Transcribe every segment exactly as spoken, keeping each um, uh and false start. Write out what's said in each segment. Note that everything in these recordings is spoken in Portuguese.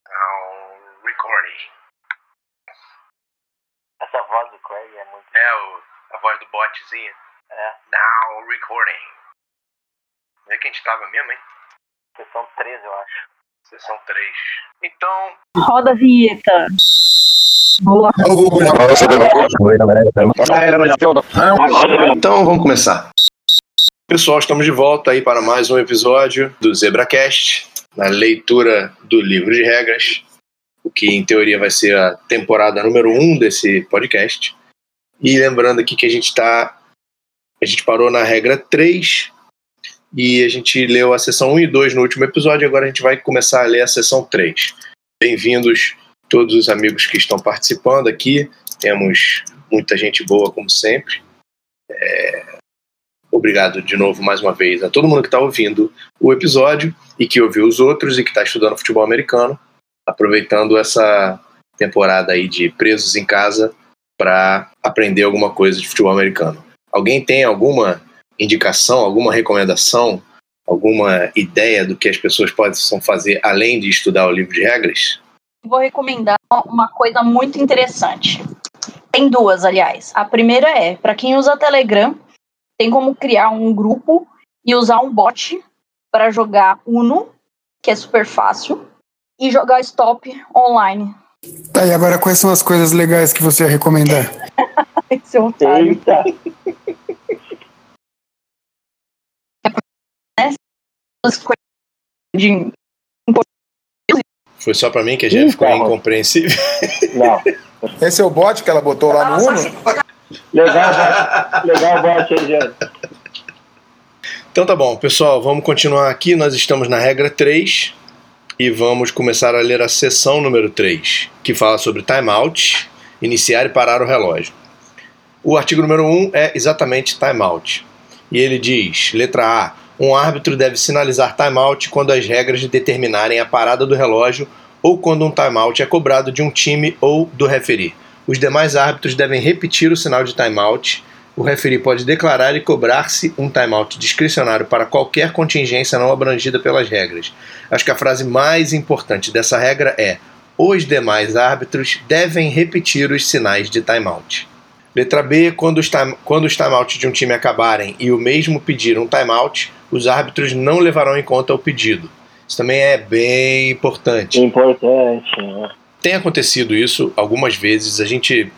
Now recording. Essa voz do Craig é muito... É, o, a voz do botzinho. É. Now recording. Onde é que a gente tava mesmo, hein? Sessão treze, eu acho. Sessão três. Então... Roda a vinheta. Boa. Então vamos começar. Pessoal, estamos de volta aí para mais um episódio do ZebraCast, na leitura do livro de regras, o que em teoria vai ser a temporada número um desse podcast. E lembrando aqui que a gente tá, a gente parou na regra três e a gente leu a sessão um e dois no último episódio, agora a gente vai começar a ler a sessão três. Bem-vindos todos os amigos que estão participando aqui, temos muita gente boa como sempre. É... Obrigado de novo, mais uma vez, a todo mundo que está ouvindo o episódio e que ouviu os outros e que está estudando futebol americano, aproveitando essa temporada aí de presos em casa para aprender alguma coisa de futebol americano. Alguém tem alguma indicação, alguma recomendação, alguma ideia do que as pessoas possam fazer além de estudar o livro de regras? Vou recomendar uma coisa muito interessante. Tem duas, aliás. A primeira é, para quem usa Telegram, tem como criar um grupo e usar um bot para jogar Uno, que é super fácil, e jogar Stop online. Tá, e agora quais são as coisas legais que você ia recomendar? Esse é um otário. Eita! De... Foi só pra mim que a gente ficou incompreensível? Não. Esse é o bot que ela botou lá no Uno? Legal, bot. Legal, bot aí, Jânio. Então tá bom, pessoal, vamos continuar aqui. Nós estamos na regra três e vamos começar a ler a seção número três, que fala sobre timeout, iniciar e parar o relógio. O artigo número um é exatamente timeout. E ele diz, letra A, um árbitro deve sinalizar timeout quando as regras determinarem a parada do relógio ou quando um timeout é cobrado de um time ou do referee. Os demais árbitros devem repetir o sinal de timeout. O referee pode declarar e cobrar-se um timeout discricionário para qualquer contingência não abrangida pelas regras. Acho que a frase mais importante dessa regra é: os demais árbitros devem repetir os sinais de timeout. Letra B, quando os, time, quando os timeouts de um time acabarem e o mesmo pedir um timeout, os árbitros não levarão em conta o pedido. Isso também é bem importante. Importante, né? Tem acontecido isso algumas vezes, a gente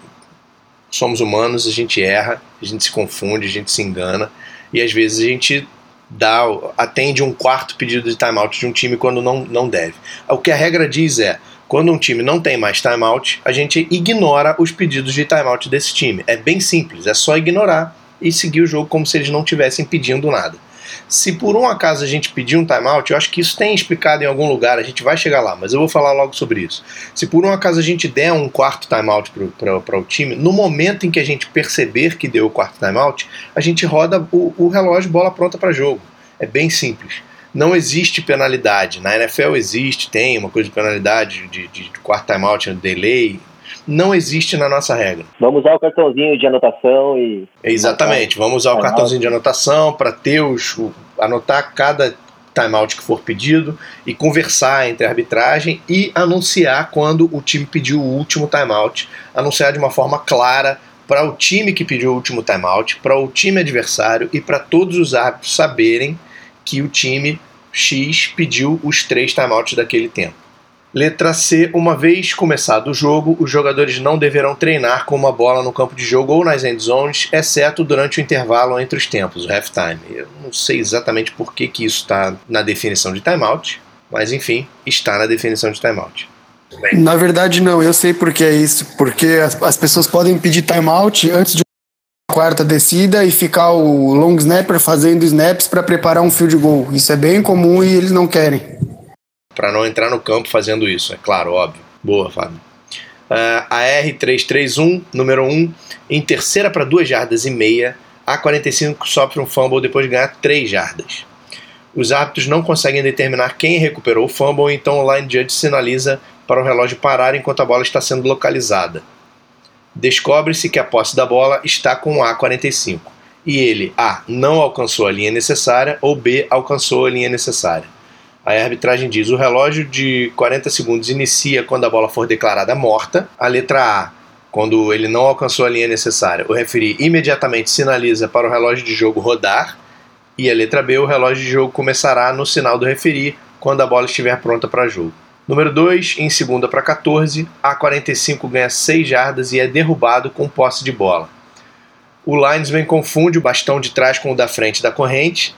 somos humanos, a gente erra, a gente se confunde, a gente se engana e às vezes a gente dá, atende um quarto pedido de timeout de um time quando não, não deve. O que a regra diz é, quando um time não tem mais timeout, a gente ignora os pedidos de timeout desse time. É bem simples, é só ignorar e seguir o jogo como se eles não estivessem pedindo nada. Se por um acaso a gente pedir um timeout, eu acho que isso tem explicado em algum lugar, a gente vai chegar lá, mas eu vou falar logo sobre isso. Se por um acaso a gente der um quarto timeout para o time, no momento em que a gente perceber que deu o quarto timeout, a gente roda o, o relógio bola pronta para jogo. É bem simples. Não existe penalidade. Na N F L existe, tem uma coisa de penalidade de, de, de quarto timeout, delay. Não existe na nossa regra. Vamos usar o cartãozinho de anotação e... Exatamente, vamos usar o cartãozinho de anotação para ter os, o, anotar cada timeout que for pedido e conversar entre a arbitragem e anunciar quando o time pediu o último timeout, anunciar de uma forma clara para o time que pediu o último timeout, para o time adversário e para todos os árbitros saberem que o time X pediu os três timeouts daquele tempo. Letra C. Uma vez começado o jogo, os jogadores não deverão treinar com uma bola no campo de jogo ou nas end zones, exceto durante o intervalo entre os tempos, o halftime. Eu não sei exatamente por que, que isso está na definição de timeout, mas enfim, está na definição de timeout. Bem. Na verdade não, eu sei por que é isso, porque as, as pessoas podem pedir timeout antes de uma quarta descida e ficar o long snapper fazendo snaps para preparar um field goal. Isso é bem comum e eles não querem. Para não entrar no campo fazendo isso, é claro, óbvio. Boa, Fábio. Uh, a R trezentos e trinta e um, número um, em terceira para duas jardas e meia, a quarenta e cinco sofre um fumble depois de ganhar três jardas. Os árbitros não conseguem determinar quem recuperou o fumble, então o line judge sinaliza para o relógio parar enquanto a bola está sendo localizada. Descobre-se que a posse da bola está com o A quarenta e cinco, e ele, A, não alcançou a linha necessária, ou B, alcançou a linha necessária. Aí a arbitragem diz: o relógio de quarenta segundos inicia quando a bola for declarada morta. A letra A, quando ele não alcançou a linha necessária, o referee imediatamente sinaliza para o relógio de jogo rodar. E a letra B, o relógio de jogo começará no sinal do referee quando a bola estiver pronta para jogo. Número dois, em segunda para quatorze, a quarenta e cinco ganha seis jardas e é derrubado com posse de bola. O linesman confunde o bastão de trás com o da frente da corrente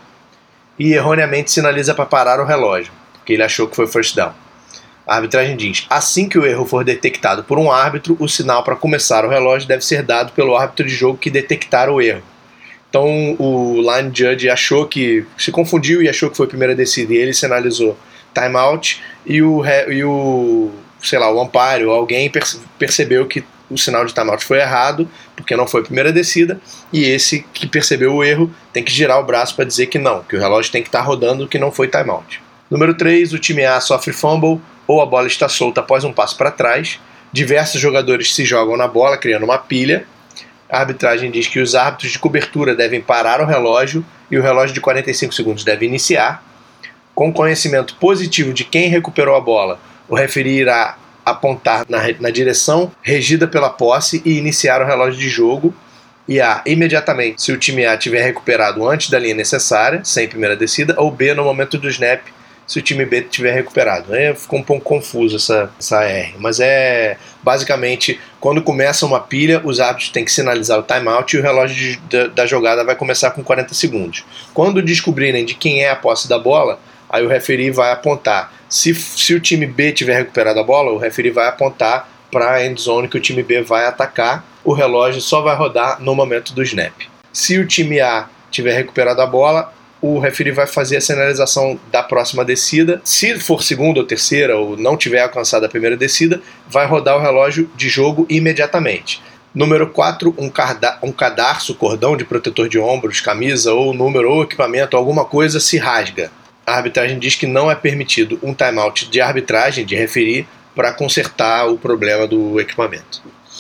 e erroneamente sinaliza para parar o relógio, porque ele achou que foi first down. A arbitragem diz: assim que o erro for detectado por um árbitro, o sinal para começar o relógio deve ser dado pelo árbitro de jogo que detectar o erro. Então o line judge achou que, se confundiu e achou que foi a primeira descida, e ele sinalizou timeout, e o, e o sei lá, o umpire ou alguém perce, percebeu que o sinal de timeout foi errado, porque não foi a primeira descida, e esse que percebeu o erro tem que girar o braço para dizer que não, que o relógio tem que estar rodando, que não foi timeout. Número três, o time A sofre fumble ou a bola está solta após um passo para trás. Diversos jogadores se jogam na bola, criando uma pilha. A arbitragem diz que os árbitros de cobertura devem parar o relógio e o relógio de quarenta e cinco segundos deve iniciar. Com conhecimento positivo de quem recuperou a bola, o referee irá apontar na, na direção regida pela posse e iniciar o relógio de jogo. E A, imediatamente, se o time A tiver recuperado antes da linha necessária, sem primeira descida, ou B, no momento do snap, se o time B tiver recuperado. Aí ficou um pouco confuso essa, essa R, mas é basicamente, quando começa uma pilha, os árbitros têm que sinalizar o timeout e o relógio de, da, da jogada vai começar com quarenta segundos. Quando descobrirem de quem é a posse da bola, aí o referee vai apontar. Se, se o time B tiver recuperado a bola, o referee vai apontar para a end zone que o time B vai atacar. O relógio só vai rodar no momento do snap. Se o time A tiver recuperado a bola, o referee vai fazer a sinalização da próxima descida. Se for segunda ou terceira, ou não tiver alcançado a primeira descida, vai rodar o relógio de jogo imediatamente. Número quatro, um, carda- um cadarço, cordão de protetor de ombros, camisa ou número ou equipamento, alguma coisa se rasga. A arbitragem diz que não é permitido um timeout de arbitragem, de referee, para consertar o problema do equipamento.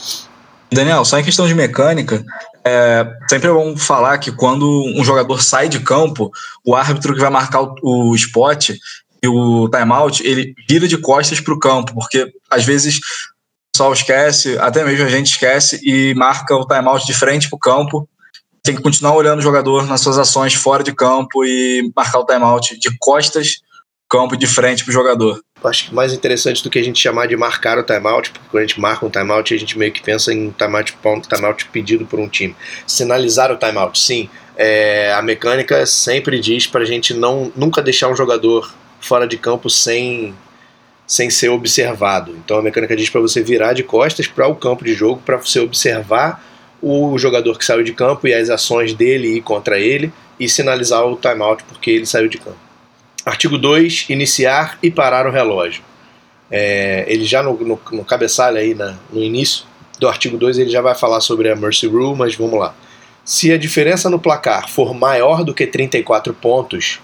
Daniel, só em questão de mecânica, é sempre é bom falar que quando um jogador sai de campo, o árbitro que vai marcar o, o spot e o timeout, ele vira de costas para o campo, porque às vezes o pessoal esquece, até mesmo a gente esquece, e marca o timeout de frente para o campo. Tem que continuar olhando o jogador nas suas ações fora de campo e marcar o timeout de costas, campo de frente para o jogador. Acho que mais interessante do que a gente chamar de marcar o timeout, porque quando a gente marca um timeout, a gente meio que pensa em timeout, timeout pedido por um time. Sinalizar o timeout, sim. É, a mecânica sempre diz para a gente não, nunca deixar um jogador fora de campo sem, sem ser observado. Então a mecânica diz para você virar de costas para o campo de jogo, para você observar o jogador que saiu de campo e as ações dele ir contra ele e sinalizar o timeout porque ele saiu de campo. Artigo dois, iniciar e parar o relógio. É, ele já no, no, no cabeçalho aí na, no início do artigo dois ele já vai falar sobre a Mercy Rule, mas vamos lá. Se a diferença no placar for maior do que trinta e quatro pontos,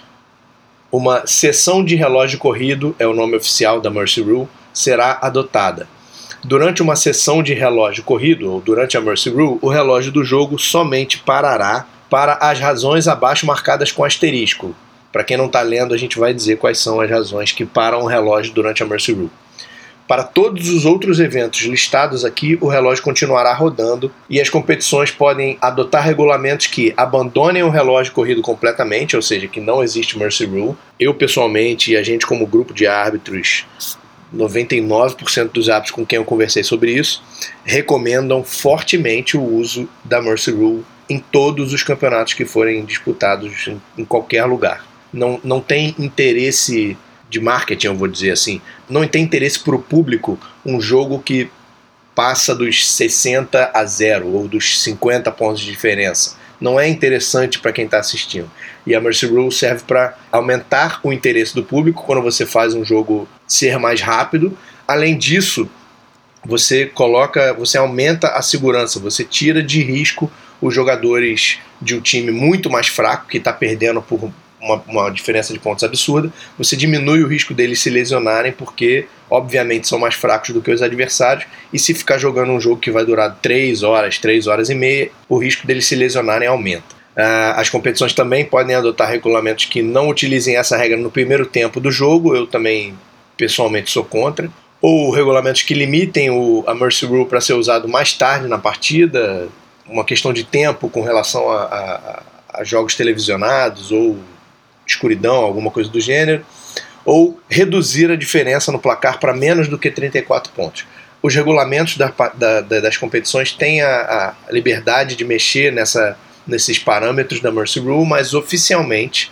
uma sessão de relógio corrido, é o nome oficial da Mercy Rule, será adotada. Durante uma sessão de relógio corrido, ou durante a Mercy Rule, o relógio do jogo somente parará para as razões abaixo marcadas com asterisco. Para quem não está lendo, a gente vai dizer quais são as razões que param o relógio durante a Mercy Rule. Para todos os outros eventos listados aqui, o relógio continuará rodando e as competições podem adotar regulamentos que abandonem o relógio corrido completamente, ou seja, que não existe Mercy Rule. Eu, pessoalmente, e a gente como grupo de árbitros, noventa e nove por cento dos árbitros com quem eu conversei sobre isso, recomendam fortemente o uso da Mercy Rule em todos os campeonatos que forem disputados em, em qualquer lugar. Não, não tem interesse de marketing, eu vou dizer assim, não tem interesse para o público um jogo que passa dos sessenta a zero ou dos cinquenta pontos de diferença. Não é interessante para quem está assistindo. E a Mercy Rule serve para aumentar o interesse do público quando você faz um jogo ser mais rápido. Além disso, você coloca, você aumenta a segurança, você tira de risco os jogadores de um time muito mais fraco, que está perdendo por uma, uma diferença de pontos absurda. Você diminui o risco deles se lesionarem, porque obviamente são mais fracos do que os adversários, e se ficar jogando um jogo que vai durar três horas, três horas e meia, o risco deles se lesionarem aumenta. Uh, as competições também podem adotar regulamentos que não utilizem essa regra no primeiro tempo do jogo, eu também pessoalmente sou contra, ou regulamentos que limitem o, a Mercy Rule para ser usado mais tarde na partida, uma questão de tempo com relação a, a, a jogos televisionados ou escuridão, alguma coisa do gênero, ou reduzir a diferença no placar para menos do que trinta e quatro pontos. Os regulamentos da, da, das competições têm a, a liberdade de mexer nessa nesses parâmetros da Mercy Rule, mas oficialmente,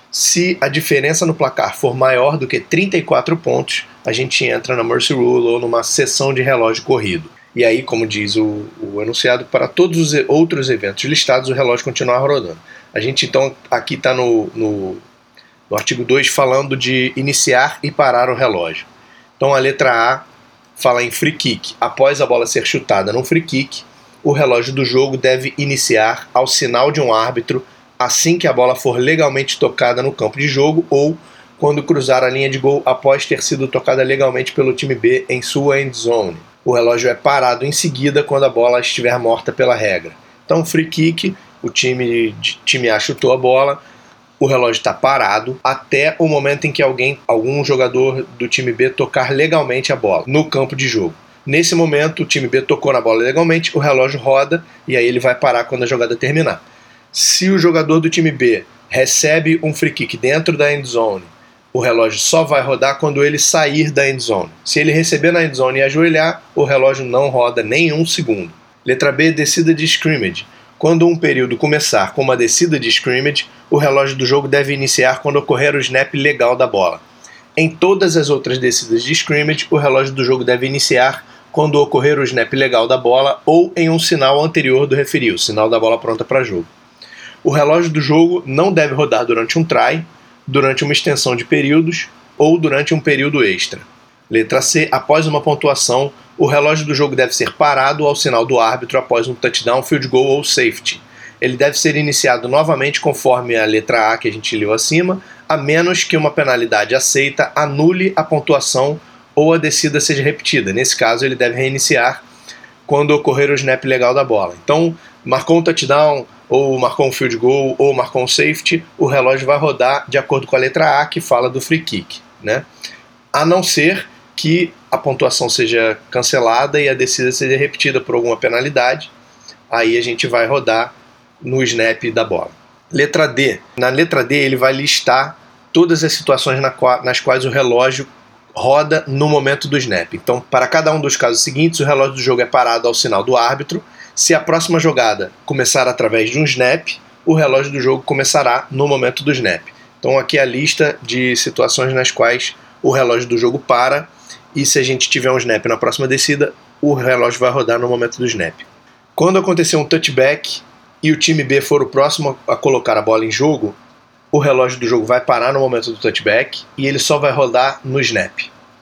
se a diferença no placar for maior do que trinta e quatro pontos, a gente entra na Mercy Rule ou numa sessão de relógio corrido. E aí, como diz o, o enunciado, para todos os outros eventos listados, o relógio continua rodando. A gente, então, aqui está no, no, no artigo dois falando de iniciar e parar o relógio. Então, a letra A fala em free kick. Após a bola ser chutada num free kick, o relógio do jogo deve iniciar ao sinal de um árbitro assim que a bola for legalmente tocada no campo de jogo ou quando cruzar a linha de gol após ter sido tocada legalmente pelo time B em sua end zone. O relógio é parado em seguida quando a bola estiver morta pela regra. Então, free kick, o time, time A chutou a bola, o relógio está parado até o momento em que alguém, algum jogador do time B tocar legalmente a bola no campo de jogo. Nesse momento, o time B tocou na bola legalmente, o relógio roda e aí ele vai parar quando a jogada terminar. Se o jogador do time B recebe um free kick dentro da end zone, o relógio só vai rodar quando ele sair da end zone. Se ele receber na end zone e ajoelhar, o relógio não roda nem um segundo. Letra B, descida de scrimmage. Quando um período começar com uma descida de scrimmage, o relógio do jogo deve iniciar quando ocorrer o snap legal da bola. Em todas as outras descidas de scrimmage, o relógio do jogo deve iniciar quando ocorrer o snap legal da bola ou em um sinal anterior do referee, o sinal da bola pronta para jogo. O relógio do jogo não deve rodar durante um try, durante uma extensão de períodos ou durante um período extra. Letra C. Após uma pontuação, o relógio do jogo deve ser parado ao sinal do árbitro após um touchdown, field goal ou safety. Ele deve ser iniciado novamente conforme a letra A que a gente leu acima, a menos que uma penalidade aceita anule a pontuação ou a descida seja repetida. Nesse caso, ele deve reiniciar quando ocorrer o snap legal da bola. Então, marcou um touchdown, ou marcou um field goal, ou marcou um safety, o relógio vai rodar de acordo com a letra A, que fala do free kick, né? A não ser que a pontuação seja cancelada e a descida seja repetida por alguma penalidade, aí a gente vai rodar no snap da bola. Letra D. Na letra D, ele vai listar todas as situações nas quais o relógio roda no momento do snap. Então, para cada um dos casos seguintes, o relógio do jogo é parado ao sinal do árbitro. Se a próxima jogada começar através de um snap, o relógio do jogo começará no momento do snap. Então, aqui é a lista de situações nas quais o relógio do jogo para e se a gente tiver um snap na próxima descida, o relógio vai rodar no momento do snap. Quando acontecer um touchback e o time B for o próximo a colocar a bola em jogo, o relógio do jogo vai parar no momento do touchback e ele só vai rodar no snap.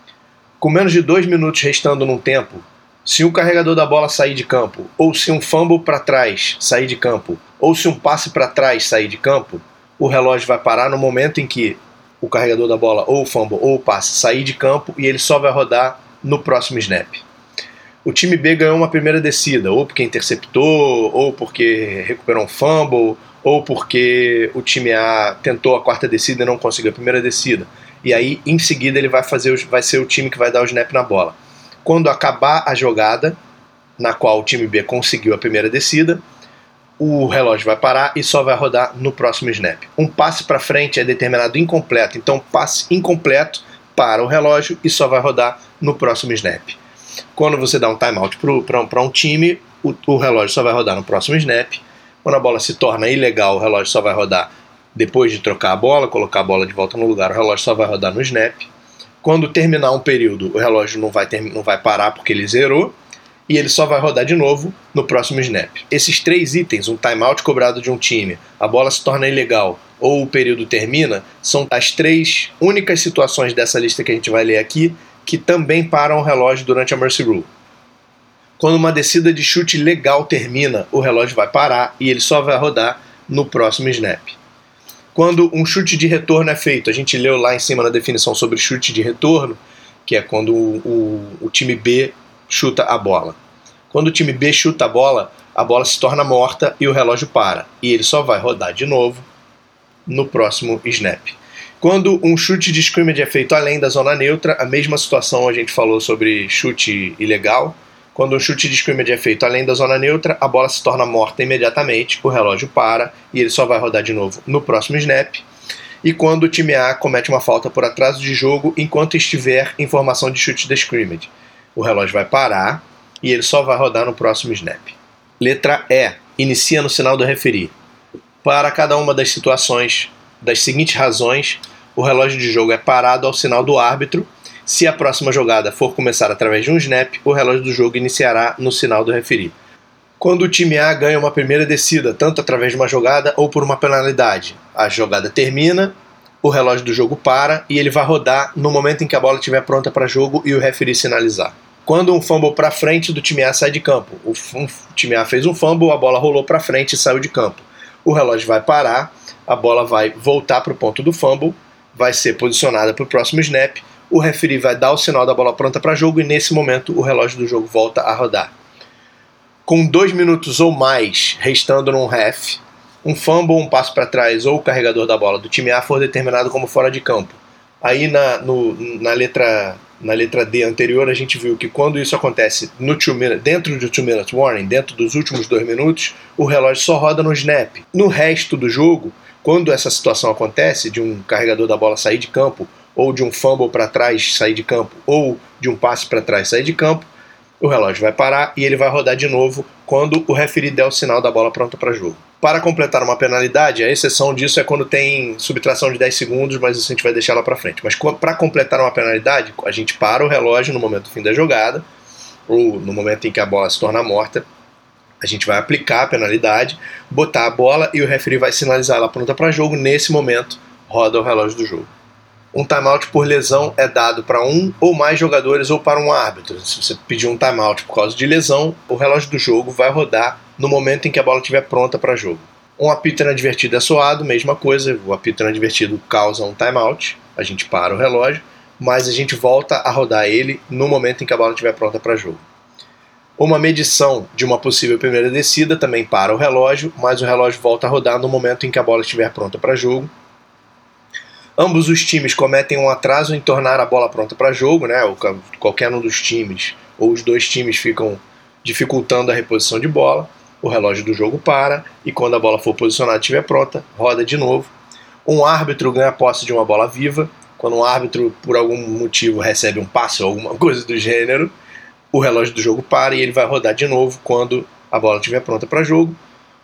Com menos de dois minutos restando num tempo, se um carregador da bola sair de campo, ou se um fumble para trás sair de campo, ou se um passe para trás sair de campo, o relógio vai parar no momento em que o carregador da bola, ou o fumble, ou o passe sair de campo e ele só vai rodar no próximo snap. O time B ganhou uma primeira descida, ou porque interceptou, ou porque recuperou um fumble, ou porque o time A tentou a quarta descida e não conseguiu a primeira descida. E aí, em seguida, ele vai, fazer, vai ser o time que vai dar o snap na bola. Quando acabar a jogada, na qual o time B conseguiu a primeira descida, o relógio vai parar e só vai rodar no próximo snap. Um passe para frente é determinado incompleto, então passe incompleto para o relógio e só vai rodar no próximo snap. Quando você dá um timeout para um time, o, o relógio só vai rodar no próximo snap. Quando a bola se torna ilegal, o relógio só vai rodar depois de trocar a bola, colocar a bola de volta no lugar, o relógio só vai rodar no snap. Quando terminar um período, o relógio não vai, ter, não vai parar porque ele zerou, e ele só vai rodar de novo no próximo snap. Esses três itens, um timeout cobrado de um time, a bola se torna ilegal ou o período termina, são as três únicas situações dessa lista que a gente vai ler aqui que também param o relógio durante a Mercy Rule. Quando uma descida de chute legal termina, o relógio vai parar e ele só vai rodar no próximo snap. Quando um chute de retorno é feito, a gente leu lá em cima na definição sobre chute de retorno, que é quando o, o, o time B chuta a bola. Quando o time B chuta a bola, a bola se torna morta e o relógio para. E ele só vai rodar de novo no próximo snap. Quando um chute de scrimmage é feito além da zona neutra, a mesma situação a gente falou sobre chute ilegal. Quando um chute de scrimmage é feito além da zona neutra, a bola se torna morta imediatamente, o relógio para e ele só vai rodar de novo no próximo snap. E quando o time A comete uma falta por atraso de jogo enquanto estiver em formação de chute de scrimmage, o relógio vai parar e ele só vai rodar no próximo snap. Letra E. Inicia no sinal do referee. Para cada uma das situações, das seguintes razões, o relógio de jogo é parado ao sinal do árbitro. Se a próxima jogada for começar através de um snap, o relógio do jogo iniciará no sinal do referee. Quando o time A ganha uma primeira descida, tanto através de uma jogada ou por uma penalidade, a jogada termina, o relógio do jogo para e ele vai rodar no momento em que a bola estiver pronta para jogo e o referee sinalizar. Quando um fumble para frente do time A sai de campo, o, um, o time A fez um fumble, a bola rolou para frente e saiu de campo. O relógio vai parar, a bola vai voltar para o ponto do fumble, vai ser posicionada para o próximo snap, o referee vai dar o sinal da bola pronta para jogo e nesse momento o relógio do jogo volta a rodar. Com dois minutos ou mais restando num ref, um fumble, um passo para trás ou o carregador da bola do time A for determinado como fora de campo. Aí na, no, na, letra, na letra D anterior a gente viu que quando isso acontece no two minute, dentro do two minute warning, dentro dos últimos dois minutos, o relógio só roda no snap. No resto do jogo, quando essa situação acontece, de um carregador da bola sair de campo, ou de um fumble para trás sair de campo, ou de um passe para trás sair de campo, o relógio vai parar e ele vai rodar de novo quando o referee der o sinal da bola pronta para jogo. Para completar uma penalidade, a exceção disso é quando tem subtração de dez segundos, mas isso a gente vai deixar lá para frente. Mas para completar uma penalidade, a gente para o relógio no momento do fim da jogada, ou no momento em que a bola se torna morta, a gente vai aplicar a penalidade, botar a bola e o referee vai sinalizar ela pronta para jogo. Nesse momento, roda o relógio do jogo. Um timeout por lesão é dado para um ou mais jogadores ou para um árbitro. Se você pedir um timeout por causa de lesão, o relógio do jogo vai rodar no momento em que a bola estiver pronta para jogo. Um apito inadvertido é soado, mesma coisa, o apito inadvertido causa um timeout, a gente para o relógio, mas a gente volta a rodar ele no momento em que a bola estiver pronta para jogo. Uma medição de uma possível primeira descida também para o relógio, mas o relógio volta a rodar no momento em que a bola estiver pronta para jogo. Ambos os times cometem um atraso em tornar a bola pronta para jogo, né? Qualquer um dos times ou os dois times ficam dificultando a reposição de bola. O relógio do jogo para e quando a bola for posicionada e estiver pronta, roda de novo. Um árbitro ganha posse de uma bola viva. Quando um árbitro, por algum motivo, recebe um passe ou alguma coisa do gênero, o relógio do jogo para e ele vai rodar de novo quando a bola estiver pronta para jogo.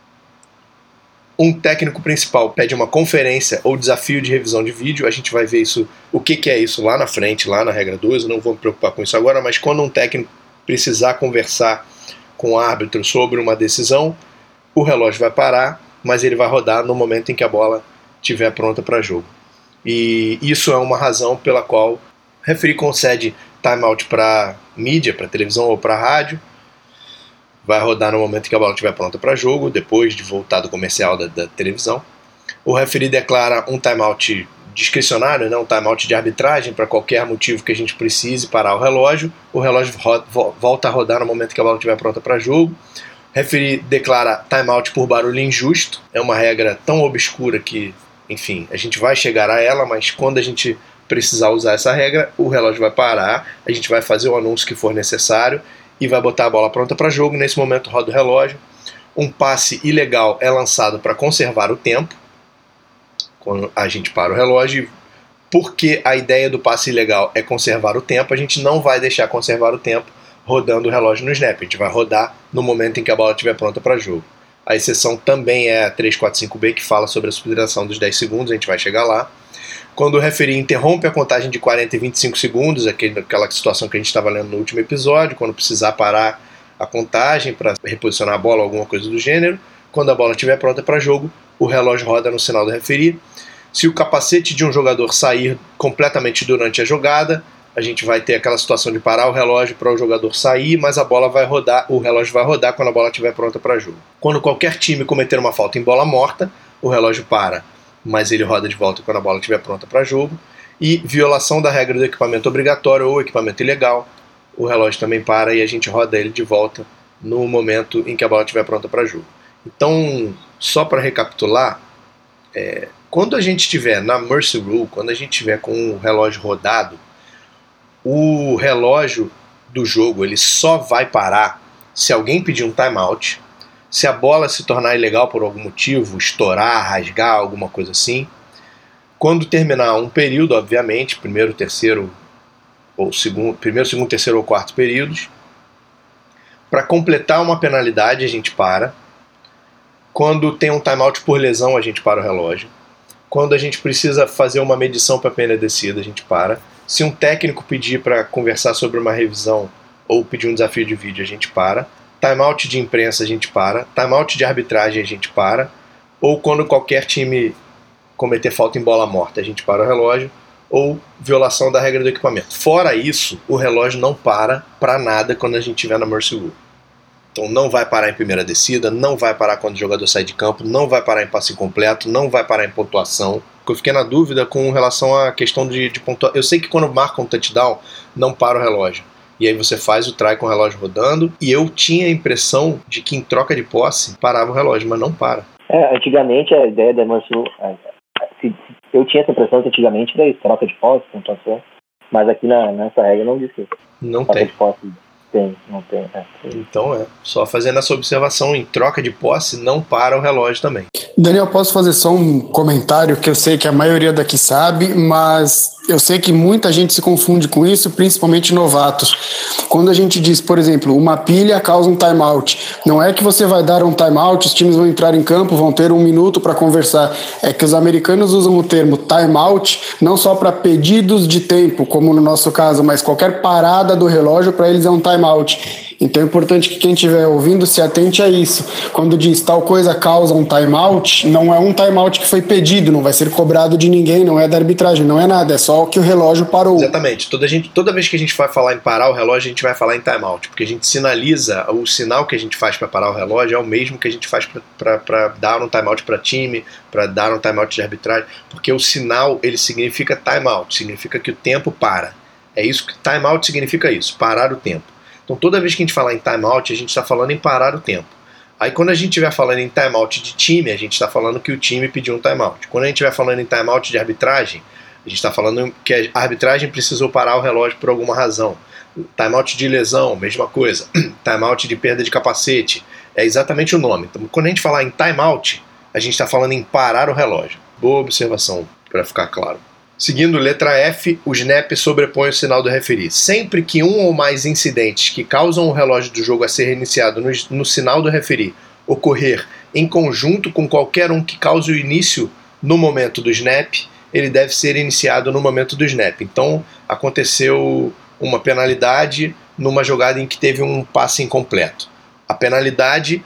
Um técnico principal pede uma conferência ou desafio de revisão de vídeo. A gente vai ver isso, o que, que é isso lá na frente, lá na regra dois. Eu não vou me preocupar com isso agora, mas quando um técnico precisar conversar com o árbitro sobre uma decisão, o relógio vai parar, mas ele vai rodar no momento em que a bola estiver pronta para jogo. E isso é uma razão pela qual o referee concede timeout para mídia, para televisão ou para rádio. Vai rodar no momento em que a bola estiver pronta para jogo, depois de voltar do comercial da, da televisão. O referee declara um timeout discricionário, né, um timeout de arbitragem para qualquer motivo que a gente precise parar o relógio. O relógio roda, volta a rodar no momento que a bola estiver pronta para jogo. O referee declara timeout por barulho injusto. É uma regra tão obscura que, enfim, a gente vai chegar a ela, mas quando a gente precisar usar essa regra, o relógio vai parar, a gente vai fazer o anúncio que for necessário e vai botar a bola pronta para jogo. Nesse momento roda o relógio. Um passe ilegal é lançado para conservar o tempo, quando a gente para o relógio. Porque a ideia do passe ilegal é conservar o tempo, a gente não vai deixar conservar o tempo rodando o relógio no snap. A gente vai rodar no momento em que a bola estiver pronta para jogo. A exceção também é a três quatro cinco B, que fala sobre a subtração dos dez segundos, a gente vai chegar lá. Quando o referee interrompe a contagem de quarenta e vinte e cinco segundos, aquela situação que a gente estava lendo no último episódio, quando precisar parar a contagem para reposicionar a bola ou alguma coisa do gênero. Quando a bola estiver pronta para jogo, o relógio roda no sinal do referee. Se o capacete de um jogador sair completamente durante a jogada, a gente vai ter aquela situação de parar o relógio para o jogador sair, mas a bola vai rodar, o relógio vai rodar quando a bola estiver pronta para jogo. Quando qualquer time cometer uma falta em bola morta, o relógio para, mas ele roda de volta quando a bola estiver pronta para jogo. E violação da regra do equipamento obrigatório ou equipamento ilegal, o relógio também para e a gente roda ele de volta no momento em que a bola estiver pronta para jogo. Então, só para recapitular, é, quando a gente estiver na Mercy Rule, quando a gente estiver com o relógio rodado, o relógio do jogo ele só vai parar se alguém pedir um timeout, se a bola se tornar ilegal por algum motivo, estourar, rasgar, alguma coisa assim. Quando terminar um período, obviamente, primeiro, terceiro, ou segundo, primeiro, segundo, terceiro ou quarto períodos. Para completar uma penalidade, a gente para. Quando tem um timeout por lesão, a gente para o relógio. Quando a gente precisa fazer uma medição para pena descida, a gente para. Se um técnico pedir para conversar sobre uma revisão ou pedir um desafio de vídeo, a gente para. Timeout de imprensa, a gente para. Timeout de arbitragem, a gente para. Ou quando qualquer time cometer falta em bola morta, a gente para o relógio. Ou violação da regra do equipamento. Fora isso, o relógio não para para nada quando a gente estiver na Mercy Rule. Então não vai parar em primeira descida, não vai parar quando o jogador sai de campo, não vai parar em passe incompleto, não vai parar em pontuação. Eu fiquei na dúvida com relação à questão de, de pontuação. Eu sei que quando marca um touchdown, não para o relógio. E aí você faz o try com o relógio rodando, e eu tinha a impressão de que em troca de posse parava o relógio, mas não para. É, antigamente a ideia da Mercy Rule... Se, se eu tinha essa impressão que antigamente era isso, troca de posse, pontuação, mas aqui na, nessa regra não diz isso. Não troca tem. De posse tem, não tem. É. Então é, só fazendo essa observação, em troca de posse não para o relógio também. Daniel, posso fazer só um comentário que eu sei que a maioria daqui sabe, mas eu sei que muita gente se confunde com isso, principalmente novatos. Quando a gente diz, por exemplo, uma pilha causa um timeout, não é que você vai dar um timeout, os times vão entrar em campo, vão ter um minuto para conversar. É que os americanos usam o termo timeout não só para pedidos de tempo, como no nosso caso, mas qualquer parada do relógio para eles é um timeout. Então é importante que quem estiver ouvindo se atente a isso. Quando diz tal coisa causa um timeout, não é um timeout que foi pedido, não vai ser cobrado de ninguém, não é da arbitragem, não é nada, é só que o relógio parou. Exatamente. Toda, gente, toda vez que a gente vai falar em parar o relógio, a gente vai falar em timeout, porque a gente sinaliza, o sinal que a gente faz para parar o relógio é o mesmo que a gente faz para dar um timeout para time, para dar um timeout de arbitragem, porque o sinal ele significa timeout, significa que o tempo para. É isso que timeout significa, isso, parar o tempo. Então toda vez que a gente falar em timeout, a gente está falando em parar o tempo. Aí quando a gente estiver falando em timeout de time, a gente está falando que o time pediu um timeout. Quando a gente estiver falando em timeout de arbitragem, a gente está falando que a arbitragem precisou parar o relógio por alguma razão. Timeout de lesão, mesma coisa. Timeout de perda de capacete, é exatamente o nome. Então quando a gente falar em timeout, a gente está falando em parar o relógio. Boa observação, para ficar claro. Seguindo letra F, o snap sobrepõe o sinal do referee. Sempre que um ou mais incidentes que causam o relógio do jogo a ser reiniciado no, no sinal do referee ocorrer em conjunto com qualquer um que cause o início no momento do snap, ele deve ser iniciado no momento do snap. Então, aconteceu uma penalidade numa jogada em que teve um passe incompleto. A penalidade,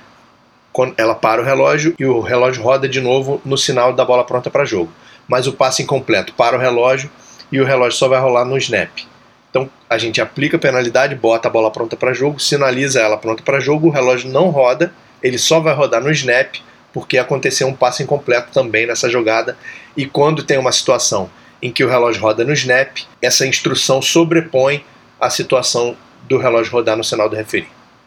ela para o relógio e o relógio roda de novo no sinal da bola pronta para jogo. Mas o passe incompleto para o relógio e o relógio só vai rolar no snap. Então a gente aplica a penalidade, bota a bola pronta para jogo, sinaliza ela pronta para jogo, o relógio não roda, ele só vai rodar no snap porque aconteceu um passe incompleto também nessa jogada. E quando tem uma situação em que o relógio roda no snap, essa instrução sobrepõe a situação do relógio rodar no sinal do referee.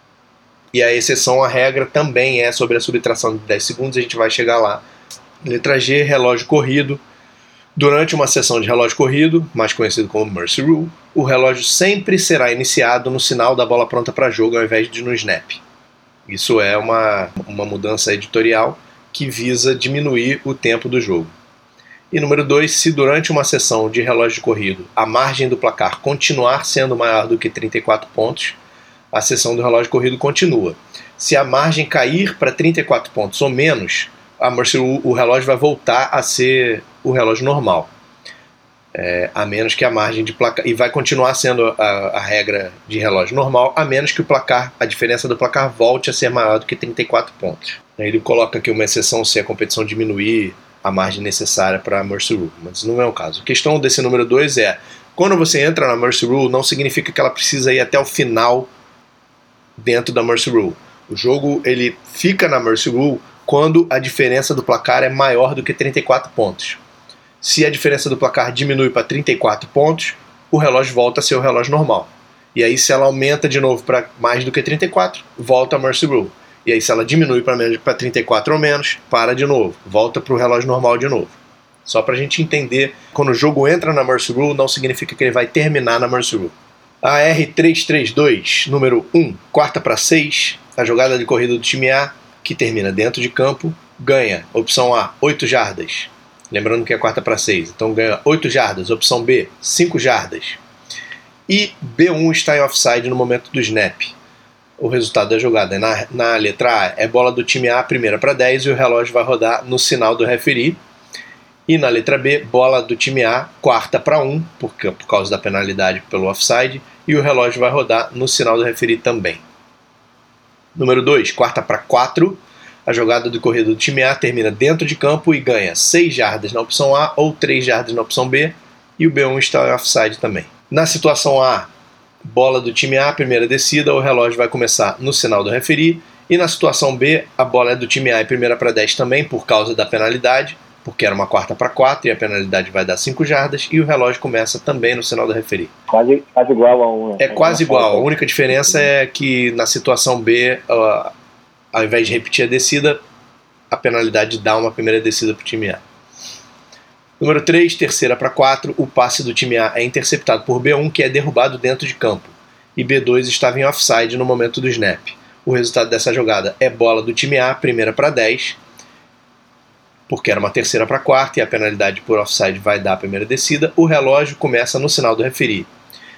E a exceção à regra também é sobre a subtração de dez segundos, a gente vai chegar lá. Letra G, relógio corrido. Durante uma sessão de relógio corrido, mais conhecido como Mercy Rule, o relógio sempre será iniciado no sinal da bola pronta para jogo ao invés de no snap. Isso é uma, uma mudança editorial que visa diminuir o tempo do jogo. E número dois, se durante uma sessão de relógio corrido a margem do placar continuar sendo maior do que trinta e quatro pontos, a sessão do relógio corrido continua. Se a margem cair para trinta e quatro pontos ou menos, a Mercy Rule, o relógio vai voltar a ser o relógio normal, é, a menos que a margem de placar, e vai continuar sendo a, a regra de relógio normal, a menos que o placar, a diferença do placar volte a ser maior do que trinta e quatro pontos. Ele coloca aqui uma exceção se a competição diminuir a margem necessária para a Mercy Rule, mas não é o caso. A questão desse número dois é, quando você entra na Mercy Rule, não significa que ela precisa ir até o final dentro da Mercy Rule. O jogo ele fica na Mercy Rule quando a diferença do placar é maior do que trinta e quatro pontos. Se a diferença do placar diminui para trinta e quatro pontos, o relógio volta a ser o relógio normal. E aí se ela aumenta de novo para mais do que trinta e quatro, volta a Mercy Rule. E aí se ela diminui para trinta e quatro ou menos, para de novo, volta para o relógio normal de novo. Só para a gente entender, quando o jogo entra na Mercy Rule, não significa que ele vai terminar na Mercy Rule. A R trezentos e trinta e dois, número um, quarta para seis, a jogada de corrida do time A, que termina dentro de campo, ganha, opção A, oito jardas. Lembrando que é quarta para seis, então ganha oito jardas. Opção B, cinco jardas. E B um está em offside no momento do snap. O resultado da jogada na, na letra A é bola do time A, primeira para dez, e o relógio vai rodar no sinal do referee. E na letra B, bola do time A, quarta para um, por, por causa da penalidade pelo offside, e o relógio vai rodar no sinal do referee também. Número dois, quarta para quatro, a jogada de corrida do time A termina dentro de campo e ganha seis jardas na opção A ou três jardas na opção B, e o B um está em offside também. Na situação A, bola do time A, primeira descida, o relógio vai começar no sinal do referee, e na situação B, a bola é do time A e primeira para dez também, por causa da penalidade, porque era uma quarta para quatro e a penalidade vai dar cinco jardas, e o relógio começa também no sinal do referee. Quase, quase igual a um. Né? É quase igual, a única diferença é que na situação B, uh, ao invés de repetir a descida, a penalidade dá uma primeira descida para o time A. Número três, terceira para quatro, o passe do time A é interceptado por B um, que é derrubado dentro de campo, e B dois estava em offside no momento do snap. O resultado dessa jogada é bola do time A, primeira para dez, porque era uma terceira para quarta e a penalidade por offside vai dar a primeira descida. O relógio começa no sinal do referee.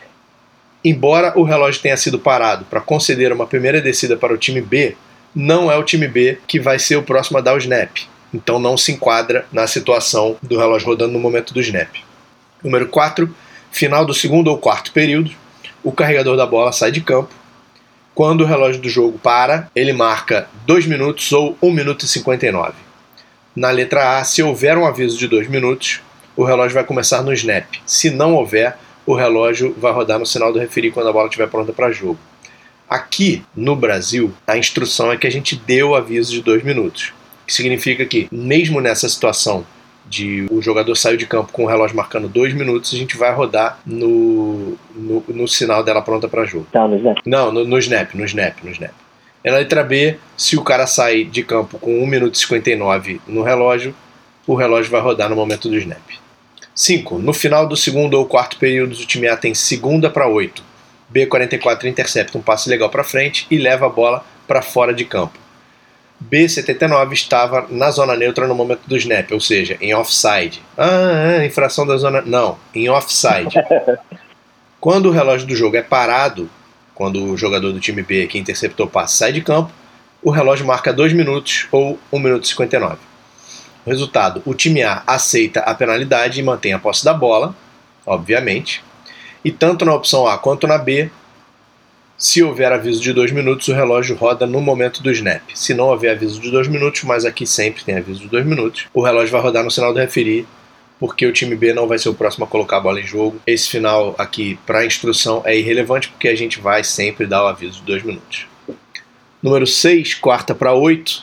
Embora o relógio tenha sido parado para conceder uma primeira descida para o time B, não é o time B que vai ser o próximo a dar o snap. Então não se enquadra na situação do relógio rodando no momento do snap. Número quatro, final do segundo ou quarto período, o carregador da bola sai de campo. Quando o relógio do jogo para, ele marca dois minutos ou um minuto e cinquenta e nove. Na letra A, se houver um aviso de dois minutos, o relógio vai começar no snap. Se não houver, o relógio vai rodar no sinal do referee quando a bola estiver pronta para jogo. Aqui, no Brasil, a instrução é que a gente dê o aviso de dois minutos. Que significa que, mesmo nessa situação de o jogador saiu de campo com o relógio marcando dois minutos, a gente vai rodar no, no, no sinal dela pronta para jogo. Tá, no snap? Não, no, no snap, no snap, no snap. E na letra B, se o cara sai de campo com um minuto e cinquenta e nove no relógio, o relógio vai rodar no momento do snap. cinco. No final do segundo ou quarto período, o time A tem segunda para oito. B quarenta e quatro intercepta um passe legal para frente e leva a bola para fora de campo. B setenta e nove estava na zona neutra no momento do snap, ou seja, em offside. Ah, infração da zona... Não, em offside. Quando o relógio do jogo é parado, quando o jogador do time B que interceptou o passe sai de campo, o relógio marca dois minutos ou um minuto e cinquenta e nove. O resultado, o time A aceita a penalidade e mantém a posse da bola, obviamente, e tanto na opção A quanto na B, se houver aviso de dois minutos, o relógio roda no momento do snap. Se não houver aviso de dois minutos, mas aqui sempre tem aviso de dois minutos, o relógio vai rodar no sinal do referee, porque o time B não vai ser o próximo a colocar a bola em jogo. Esse final aqui para a instrução é irrelevante, porque a gente vai sempre dar o aviso de dois minutos. Número seis, quarta para oito,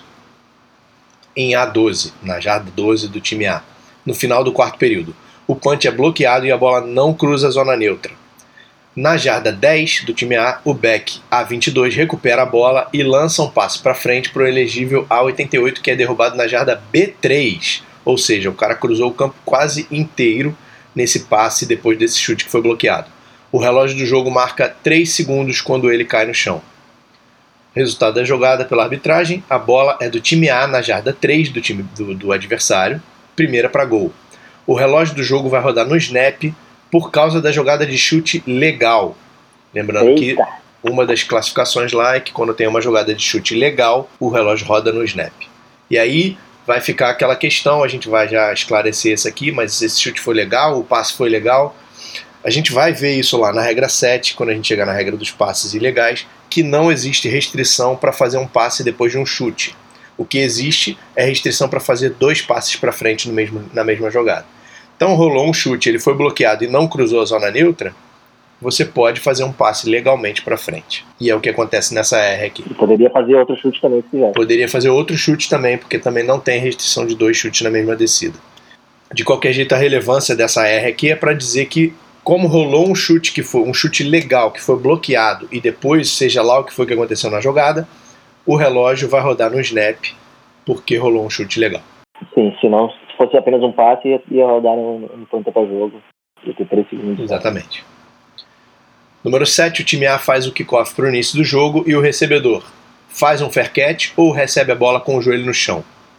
em A doze, na jarda doze do time A. No final do quarto período, o punch é bloqueado e a bola não cruza a zona neutra. Na jarda dez do time A, o back A vinte e dois recupera a bola e lança um passe para frente para o elegível A oitenta e oito, que é derrubado na jarda B três. Ou seja, o cara cruzou o campo quase inteiro nesse passe depois desse chute que foi bloqueado. O relógio do jogo marca três segundos quando ele cai no chão. Resultado da jogada pela arbitragem, a bola é do time A na jarda três do time do, do adversário, primeira para gol. O relógio do jogo vai rodar no snap por causa da jogada de chute legal. Lembrando Eita. que uma das classificações lá é que quando tem uma jogada de chute legal, o relógio roda no snap. E aí vai ficar aquela questão, a gente vai já esclarecer isso aqui, mas esse chute foi legal, o passe foi legal. A gente vai ver isso lá na regra sete, quando a gente chegar na regra dos passes ilegais, que não existe restrição para fazer um passe depois de um chute. O que existe é restrição para fazer dois passes para frente no mesmo, na mesma jogada. Então rolou um chute, ele foi bloqueado e não cruzou a zona neutra, você pode fazer um passe legalmente para frente. E é o que acontece nessa R aqui. E poderia fazer outro chute também se quiser. Poderia fazer outro chute também, porque também não tem restrição de dois chutes na mesma descida. De qualquer jeito, a relevância dessa R aqui é para dizer que como rolou um chute que foi um chute legal, que foi bloqueado, e depois, seja lá o que foi que aconteceu na jogada, o relógio vai rodar no snap, porque rolou um chute legal. Sim, se não, se fosse apenas um passe, ia, ia rodar no, no ponta para jogo. Ia ter três segundos. Exatamente. Número sete, o time A faz o kickoff para o início do jogo e o recebedor faz um fair catch ou recebe a bola com o joelho no chão.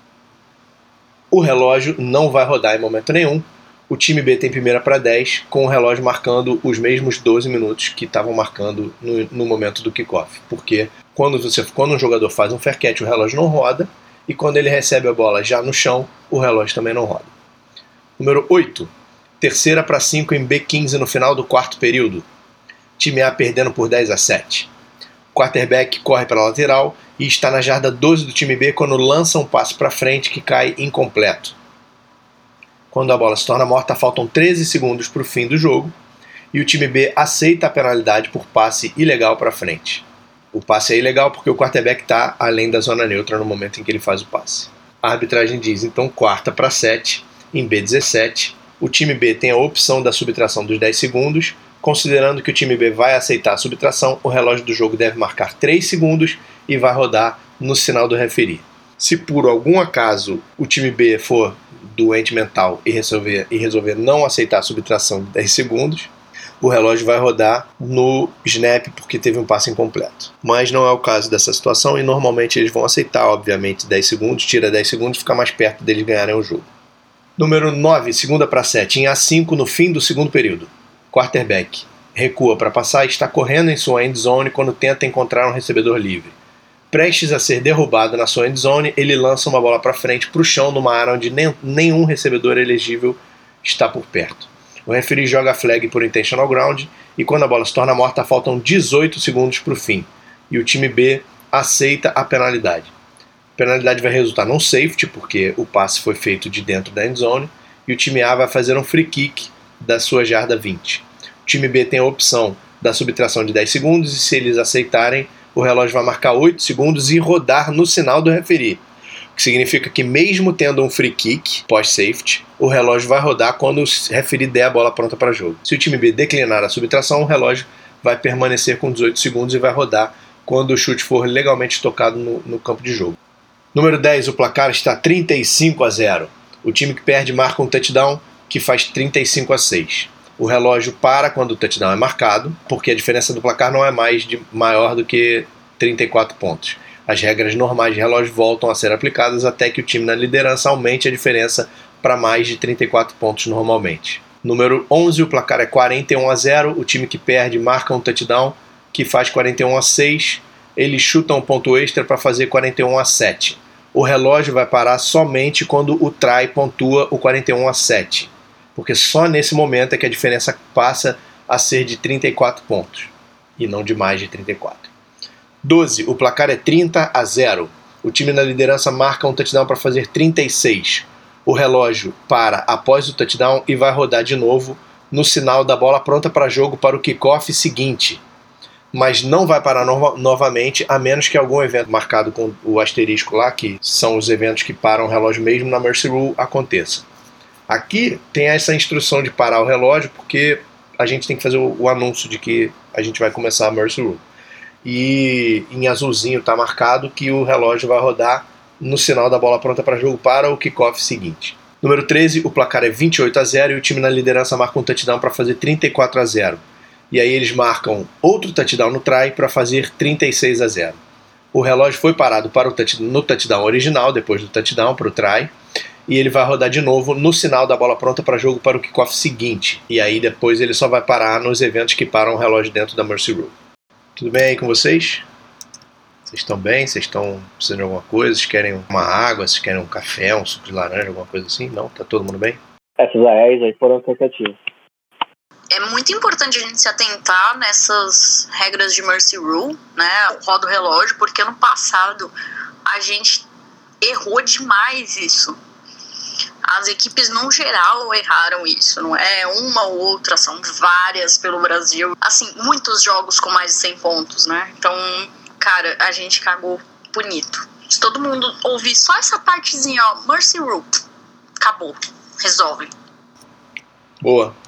O relógio não vai rodar em momento nenhum. O time B tem primeira para dez, com o relógio marcando os mesmos doze minutos que estavam marcando no, no momento do kickoff. Porque quando, você, quando um jogador faz um fair catch, o relógio não roda, e quando ele recebe a bola já no chão, o relógio também não roda. Número oito, terceira para cinco em B quinze no final do quarto período. Time A perdendo por dez a sete. O quarterback corre para a lateral e está na jarda doze do time B quando lança um passe para frente que cai incompleto. Quando a bola se torna morta, faltam treze segundos para o fim do jogo e o time B aceita a penalidade por passe ilegal para frente. O passe é ilegal porque o quarterback está além da zona neutra no momento em que ele faz o passe. A arbitragem diz então quarta para sete em B dezessete. O time B tem a opção da subtração dos dez segundos. Considerando que o time B vai aceitar a subtração, o relógio do jogo deve marcar três segundos e vai rodar no sinal do referee. Se por algum acaso o time B for doente mental e resolver, e resolver não aceitar a subtração de dez segundos, o relógio vai rodar no snap porque teve um passe incompleto. Mas não é o caso dessa situação e normalmente eles vão aceitar, obviamente, dez segundos, tira dez segundos e fica mais perto deles ganharem o jogo. Número nove, segunda para sete, em A cinco no fim do segundo período. Quarterback recua para passar e está correndo em sua endzone quando tenta encontrar um recebedor livre. Prestes a ser derrubado na sua endzone, ele lança uma bola para frente para o chão numa área onde nem, nenhum recebedor elegível está por perto. O referee joga a flag por intentional ground e quando a bola se torna morta faltam dezoito segundos para o fim e o time B aceita a penalidade. A penalidade vai resultar num safety porque o passe foi feito de dentro da endzone e o time A vai fazer um free kick da sua jarda vinte. O time B tem a opção da subtração de dez segundos e se eles aceitarem, o relógio vai marcar oito segundos e rodar no sinal do referee. O que significa que mesmo tendo um free kick pós-safety, o relógio vai rodar quando o referee der a bola pronta para jogo. Se o time B declinar a subtração, o relógio vai permanecer com dezoito segundos e vai rodar quando o chute for legalmente tocado no, no campo de jogo. Número dez, o placar está trinta e cinco a zero. O time que perde marca um touchdown que faz trinta e cinco a seis. O relógio para quando o touchdown é marcado, porque a diferença do placar não é mais de, maior do que trinta e quatro pontos. As regras normais de relógio voltam a ser aplicadas até que o time na liderança aumente a diferença para mais de trinta e quatro pontos normalmente. Número onze, o placar é quarenta e um a zero. O time que perde marca um touchdown que faz quarenta e um a seis. Eles chutam um ponto extra para fazer quarenta e um a sete. O relógio vai parar somente quando o try pontua o quarenta e um a sete. Porque só nesse momento é que a diferença passa a ser de trinta e quatro pontos, e não de mais de trinta e quatro. doze. O placar é trinta a zero. O time na liderança marca um touchdown para fazer trinta e seis. O relógio para após o touchdown e vai rodar de novo no sinal da bola pronta para jogo para o kickoff seguinte. Mas não vai parar no- novamente, a menos que algum evento marcado com o asterisco lá, que são os eventos que param o relógio mesmo na Mercy Rule, aconteça. Aqui tem essa instrução de parar o relógio porque a gente tem que fazer o, o anúncio de que a gente vai começar a Mercy Rule. E em azulzinho está marcado que o relógio vai rodar no sinal da bola pronta para jogo para o kickoff seguinte. Número treze, o placar é vinte e oito a zero e o time na liderança marca um touchdown para fazer trinta e quatro a zero. E aí eles marcam outro touchdown no try para fazer trinta e seis a zero. O relógio foi parado para o touch, no touchdown original, depois do touchdown para o try, e ele vai rodar de novo no sinal da bola pronta para jogo para o kickoff seguinte. E aí depois ele só vai parar nos eventos que param o relógio dentro da Mercy Rule. Tudo bem aí com vocês? Vocês estão bem? Vocês estão precisando de alguma coisa? Vocês querem uma água? Vocês querem um café, um suco de laranja, alguma coisa assim? Não? Tá todo mundo bem? Essas aéreas aí foram cansativas. É muito importante a gente se atentar nessas regras de Mercy Rule, né? Roda o relógio, porque ano passado a gente errou demais isso. As equipes, no geral, erraram isso. Não é uma ou outra, são várias pelo Brasil. Assim, muitos jogos com mais de cem pontos, né? Então, cara, a gente cagou bonito. Se todo mundo ouvir só essa partezinha, ó, Mercy Rule, acabou, resolve. Boa.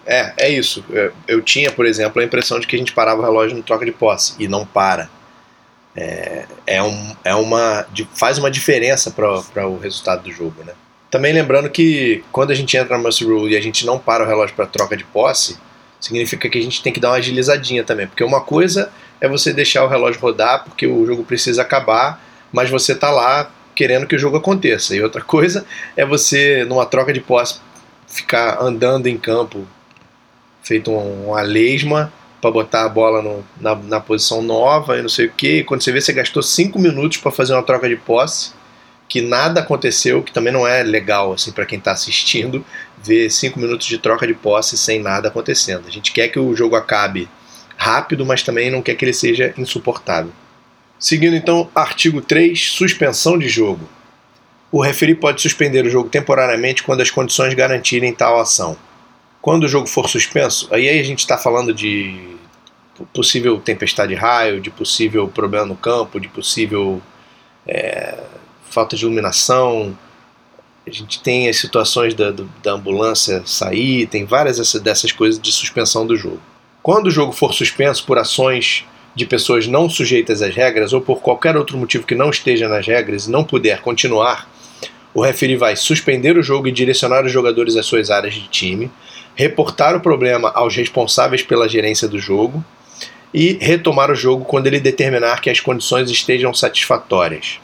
É, é isso. Eu, eu tinha, por exemplo, a impressão de que a gente parava o relógio no troca de posse, e não para. É, é, um, é uma, faz uma diferença para o resultado do jogo, né? Também lembrando que quando a gente entra na Mercy Rule e a gente não para o relógio para troca de posse, significa que a gente tem que dar uma agilizadinha também, porque uma coisa é você deixar o relógio rodar porque o jogo precisa acabar, mas você tá lá querendo que o jogo aconteça, e outra coisa é você, numa troca de posse, ficar andando em campo feito uma lesma para botar a bola no, na, na posição nova e não sei o que, e quando você vê, você gastou cinco minutos para fazer uma troca de posse, que nada aconteceu, que também não é legal assim, para quem está assistindo, ver cinco minutos de troca de posse sem nada acontecendo. A gente quer que o jogo acabe rápido, mas também não quer que ele seja insuportável. Seguindo então, artigo três, suspensão de jogo. O referee pode suspender o jogo temporariamente quando as condições garantirem tal ação. Quando o jogo for suspenso, aí a gente está falando de possível tempestade de raio, de possível problema no campo, de possível é, falta de iluminação. A gente tem as situações da, da ambulância sair, tem várias dessas coisas de suspensão do jogo. Quando o jogo for suspenso por ações de pessoas não sujeitas às regras ou por qualquer outro motivo que não esteja nas regras e não puder continuar, o referee vai suspender o jogo e direcionar os jogadores às suas áreas de time, reportar o problema aos responsáveis pela gerência do jogo e retomar o jogo quando ele determinar que as condições estejam satisfatórias.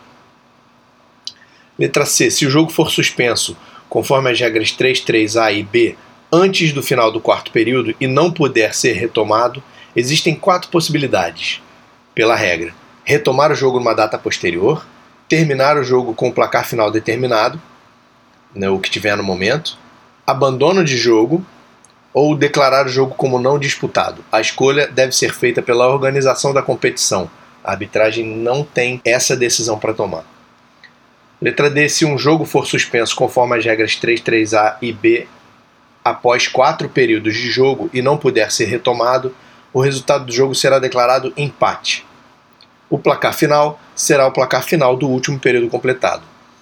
Letra C. Se o jogo for suspenso conforme as regras três ponto três A e B antes do final do quarto período e não puder ser retomado, existem quatro possibilidades pela regra: retomar o jogo numa data posterior, terminar o jogo com o placar final determinado, né, o que tiver no momento, abandono de jogo ou declarar o jogo como não disputado. A escolha deve ser feita pela organização da competição. A arbitragem não tem essa decisão para tomar. Letra D. Se um jogo for suspenso conforme as regras três ponto três A e B após quatro períodos de jogo e não puder ser retomado, o resultado do jogo será declarado empate. O placar final será o placar final do último período completado.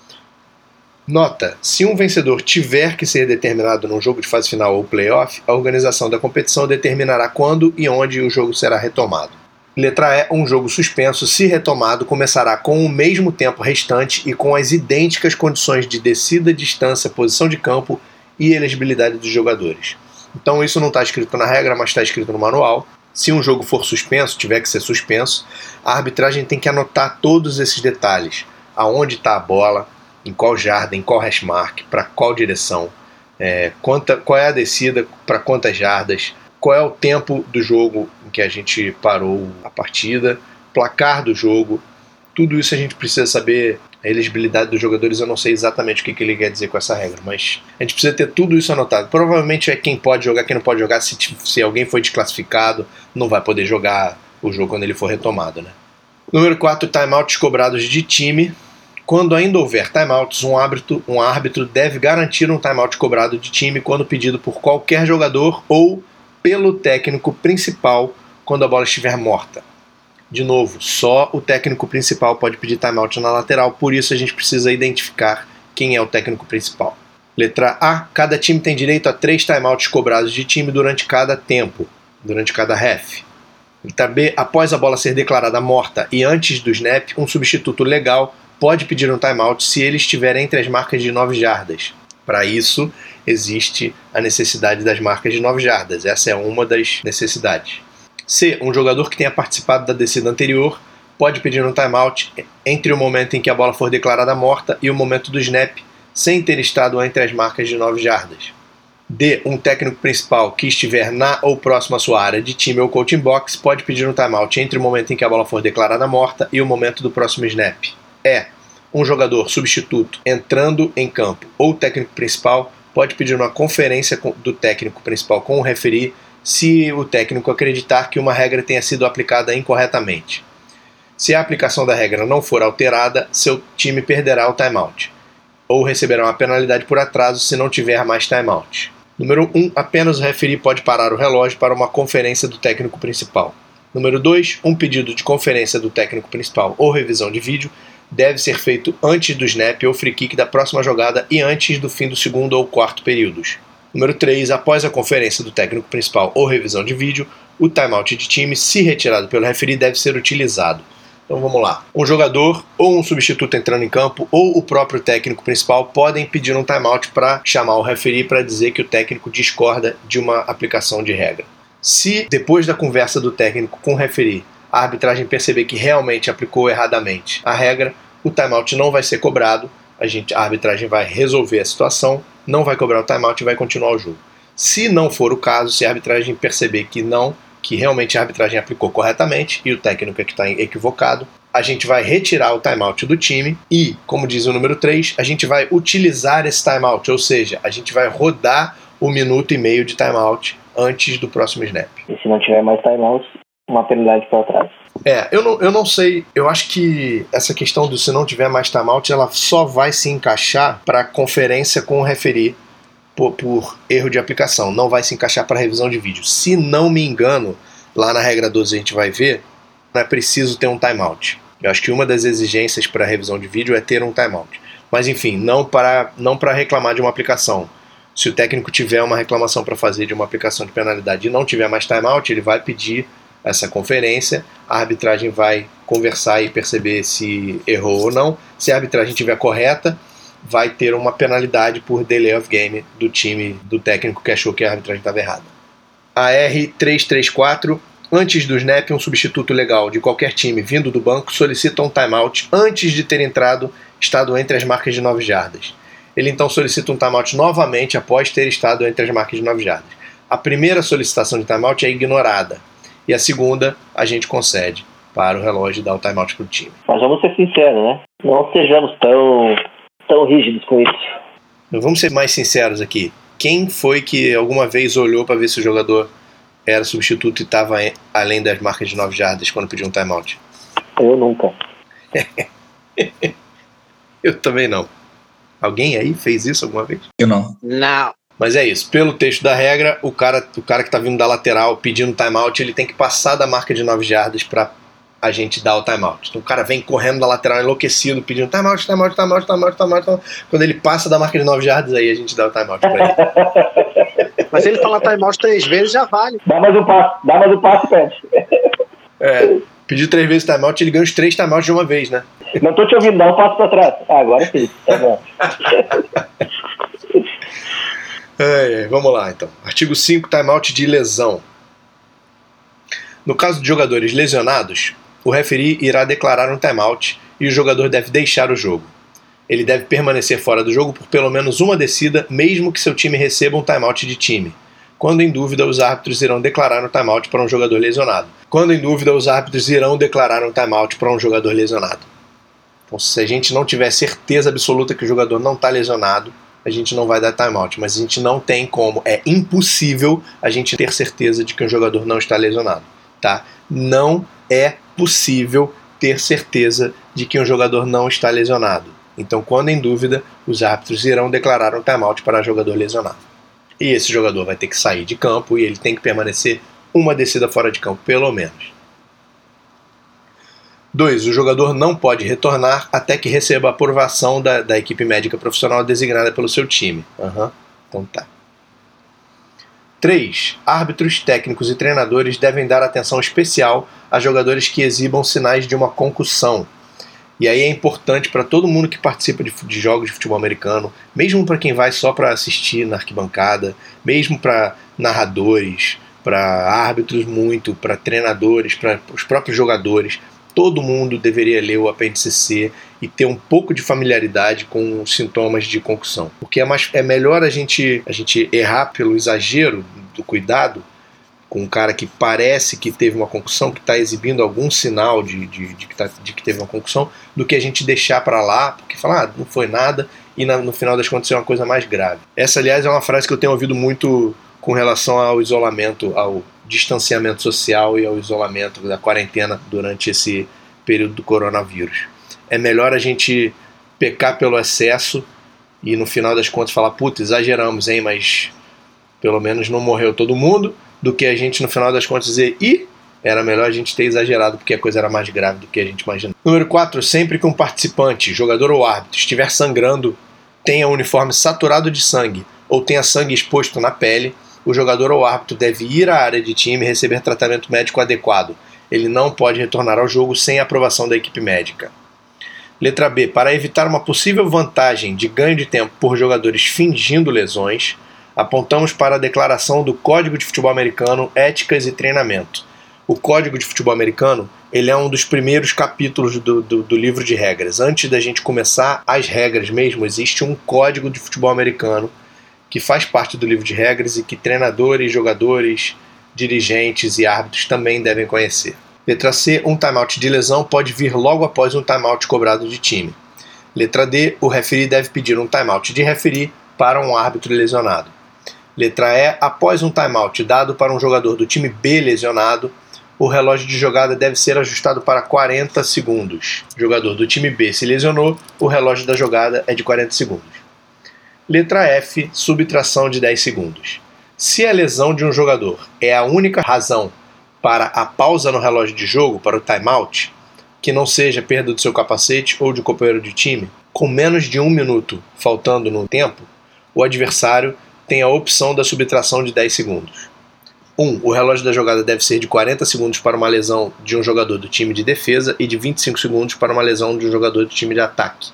Nota: se um vencedor tiver que ser determinado num jogo de fase final ou playoff, a organização da competição determinará quando e onde o jogo será retomado. Letra E. Um jogo suspenso, se retomado, começará com o mesmo tempo restante e com as idênticas condições de descida, distância, posição de campo e elegibilidade dos jogadores. Então isso não está escrito na regra, mas está escrito no manual. Se um jogo for suspenso, tiver que ser suspenso, a arbitragem tem que anotar todos esses detalhes. Aonde está a bola, em qual jarda, em qual hashmark, para qual direção, é, quanta, qual é a descida, para quantas jardas, qual é o tempo do jogo em que a gente parou a partida, placar do jogo. Tudo isso a gente precisa saber. A elegibilidade dos jogadores, eu não sei exatamente o que, que ele quer dizer com essa regra, mas a gente precisa ter tudo isso anotado. Provavelmente é quem pode jogar, quem não pode jogar. Se, se alguém foi desclassificado, não vai poder jogar o jogo quando ele for retomado, né? Número quatro, timeouts cobrados de time. Quando ainda houver timeouts, um árbitro, um árbitro deve garantir um timeout cobrado de time quando pedido por qualquer jogador ou pelo técnico principal quando a bola estiver morta. De novo, só o técnico principal pode pedir timeout na lateral, por isso a gente precisa identificar quem é o técnico principal. Letra A. Cada time tem direito a três timeouts cobrados de time durante cada tempo, durante cada half. Letra B. Após a bola ser declarada morta e antes do snap, um substituto legal pode pedir um timeout se ele estiver entre as marcas de nove jardas. Para isso, existe a necessidade das marcas de nove jardas. Essa é uma das necessidades. C. Um jogador que tenha participado da descida anterior pode pedir um timeout entre o momento em que a bola for declarada morta e o momento do snap, sem ter estado entre as marcas de nove jardas. D. Um técnico principal que estiver na ou próximo à sua área de time ou coaching box pode pedir um timeout entre o momento em que a bola for declarada morta e o momento do próximo snap. E. Um jogador substituto entrando em campo ou técnico principal pode pedir uma conferência do técnico principal com o referee se o técnico acreditar que uma regra tenha sido aplicada incorretamente. Se a aplicação da regra não for alterada, seu time perderá o timeout, ou receberá uma penalidade por atraso se não tiver mais timeout. Número um. Apenas o referee pode parar o relógio para uma conferência do técnico principal. Número dois. Um pedido de conferência do técnico principal ou revisão de vídeo deve ser feito antes do snap ou free kick da próxima jogada e antes do fim do segundo ou quarto períodos. Número três, após a conferência do técnico principal ou revisão de vídeo, o timeout de time, se retirado pelo referee, deve ser utilizado. Então vamos lá. Um jogador ou um substituto entrando em campo ou o próprio técnico principal podem pedir um timeout para chamar o referee para dizer que o técnico discorda de uma aplicação de regra. Se depois da conversa do técnico com o referee a arbitragem perceber que realmente aplicou erradamente a regra, o timeout não vai ser cobrado, a, gente, a arbitragem vai resolver a situação, não vai cobrar o timeout e vai continuar o jogo. Se não for o caso, se a arbitragem perceber que não, que realmente a arbitragem aplicou corretamente e o técnico é que está equivocado, a gente vai retirar o timeout do time e, como diz o número três, a gente vai utilizar esse timeout, ou seja, a gente vai rodar o minuto e meio de timeout antes do próximo snap. E se não tiver mais timeouts, uma penalidade para trás. É, eu não, eu não sei, eu acho que essa questão do se não tiver mais timeout, ela só vai se encaixar para a conferência com o referee por, por erro de aplicação, não vai se encaixar para revisão de vídeo. Se não me engano, lá na regra doze a gente vai ver, não é preciso ter um timeout. Eu acho que uma das exigências para a revisão de vídeo é ter um timeout. Mas enfim, não para, não para reclamar de uma aplicação. Se o técnico tiver uma reclamação para fazer de uma aplicação de penalidade e não tiver mais timeout, ele vai pedir essa conferência, a arbitragem vai conversar e perceber se errou ou não. Se a arbitragem estiver correta, vai ter uma penalidade por delay of game do time, do técnico que achou que a arbitragem estava errada. A R trezentos e trinta e quatro, antes do snap, um substituto legal de qualquer time vindo do banco solicita um timeout antes de ter entrado, estado entre as marcas de nove jardas. Ele então solicita um timeout novamente após ter estado entre as marcas de nove jardas. A primeira solicitação de timeout é ignorada e a segunda a gente concede para o relógio dar o timeout para o time. Mas vamos ser sinceros, né? Não sejamos tão, tão rígidos com isso. Vamos ser mais sinceros aqui. Quem foi que alguma vez olhou para ver se o jogador era substituto e estava além das marcas de nove jardas quando pediu um timeout? Eu nunca. Eu também não. Alguém aí fez isso alguma vez? Eu não. Não. Mas é isso, pelo texto da regra, o cara, o cara que está vindo da lateral pedindo timeout, ele tem que passar da marca de nove jardas para a gente dar o timeout. Então o cara vem correndo da lateral enlouquecido, pedindo timeout, timeout, timeout, timeout, timeout, timeout. Quando ele passa da marca de nove jardas, aí a gente dá o timeout para ele. Mas se ele falar timeout três vezes, já vale. Dá mais um passo, dá mais um passo, pede. É, pediu três vezes timeout, ele ganha os três timeouts de uma vez, né? Não tô te ouvindo, dá um passo para trás. Ah, agora sim, tá bom. É, vamos lá então. Artigo cinco, timeout de lesão. No caso de jogadores lesionados, o referee irá declarar um timeout e o jogador deve deixar o jogo. Ele deve permanecer fora do jogo por pelo menos uma descida, mesmo que seu time receba um timeout de time. Quando em dúvida, os árbitros irão declarar um timeout para um jogador lesionado. Quando em dúvida, os árbitros irão declarar um timeout para um jogador lesionado. Então, se a gente não tiver certeza absoluta que o jogador não está lesionado, a gente não vai dar timeout, mas a gente não tem como, é impossível a gente ter certeza de que um jogador não está lesionado, tá? Não é possível ter certeza de que um jogador não está lesionado. Então, quando em dúvida, os árbitros irão declarar um timeout para jogador lesionado. E esse jogador vai ter que sair de campo e ele tem que permanecer uma descida fora de campo, pelo menos. dois. O jogador não pode retornar até que receba a aprovação da, da equipe médica profissional designada pelo seu time. Uhum. Então tá. três. Árbitros, técnicos e treinadores devem dar atenção especial a jogadores que exibam sinais de uma concussão. E aí é importante para todo mundo que participa de, de jogos de futebol americano, mesmo para quem vai só para assistir na arquibancada, mesmo para narradores, para árbitros muito, para treinadores, para os próprios jogadores. Todo mundo deveria ler o apêndice C e ter um pouco de familiaridade com os sintomas de concussão. Porque é, mais, é melhor a gente, a gente errar pelo exagero do cuidado com um cara que parece que teve uma concussão, que está exibindo algum sinal de, de, de, que tá, de que teve uma concussão, do que a gente deixar para lá, porque falar, ah, não foi nada, e na, no final das contas é uma coisa mais grave. Essa, aliás, é uma frase que eu tenho ouvido muito com relação ao isolamento, ao distanciamento social e ao isolamento da quarentena durante esse período do coronavírus. É melhor a gente pecar pelo excesso e no final das contas falar, putz, exageramos, hein, mas pelo menos não morreu todo mundo, do que a gente no final das contas dizer, ih, era melhor a gente ter exagerado porque a coisa era mais grave do que a gente imaginou. Número quatro, sempre que um participante, jogador ou árbitro, estiver sangrando, tenha o uniforme saturado de sangue ou tenha sangue exposto na pele, o jogador ou árbitro deve ir à área de time e receber tratamento médico adequado. Ele não pode retornar ao jogo sem a aprovação da equipe médica. Letra B. Para evitar uma possível vantagem de ganho de tempo por jogadores fingindo lesões, apontamos para a declaração do Código de Futebol Americano, Éticas e Treinamento. O Código de Futebol Americano ele é um dos primeiros capítulos do, do, do livro de regras. Antes da gente começar as regras mesmo, existe um Código de Futebol Americano que faz parte do livro de regras e que treinadores, jogadores, dirigentes e árbitros também devem conhecer. Letra C. Um timeout de lesão pode vir logo após um timeout cobrado de time. Letra D. O referee deve pedir um timeout de referee para um árbitro lesionado. Letra E. Após um timeout dado para um jogador do time B lesionado, o relógio de jogada deve ser ajustado para quarenta segundos. O jogador do time B se lesionou, o relógio da jogada é de quarenta segundos. Letra F. Subtração de dez segundos. Se a lesão de um jogador é a única razão para a pausa no relógio de jogo, para o timeout, que não seja perda do seu capacete ou de companheiro de time, com menos de um minuto faltando no tempo, o adversário tem a opção da subtração de dez segundos. um. O relógio da jogada deve ser de quarenta segundos para uma lesão de um jogador do time de defesa e de vinte e cinco segundos para uma lesão de um jogador do time de ataque.